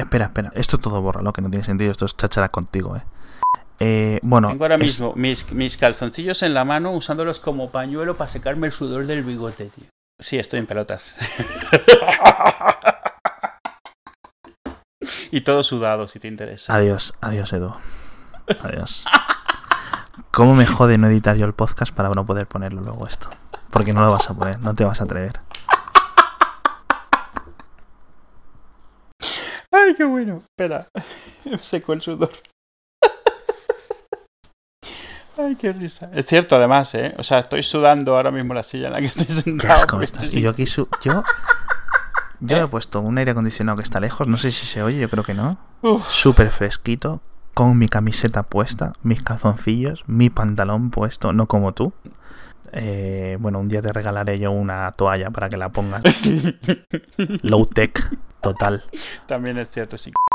espera. Esto todo bórralo, que no tiene sentido. Esto es cháchara contigo, Bueno, tengo ahora mismo mis calzoncillos en la mano usándolos como pañuelo para secarme el sudor del bigote, tío. Sí, estoy en pelotas. Y todo sudado, si te interesa. Adiós, Edu. Adiós. ¿Cómo me jode no editar yo el podcast para no poder ponerlo luego esto? Porque no lo vas a poner, no te vas a atrever. Ay, qué bueno. Espera, me secó el sudor. Ay, qué risa. Es cierto, además, O sea, estoy sudando ahora mismo la silla en la que estoy sentado. Qué asco estás. Y yo aquí yo he puesto un aire acondicionado que está lejos, no sé si se oye, yo creo que no. Súper fresquito, con mi camiseta puesta, mis calzoncillos, mi pantalón puesto, no como tú. Bueno, un día te regalaré yo una toalla para que la pongas. Low tech, total. También es cierto, sí.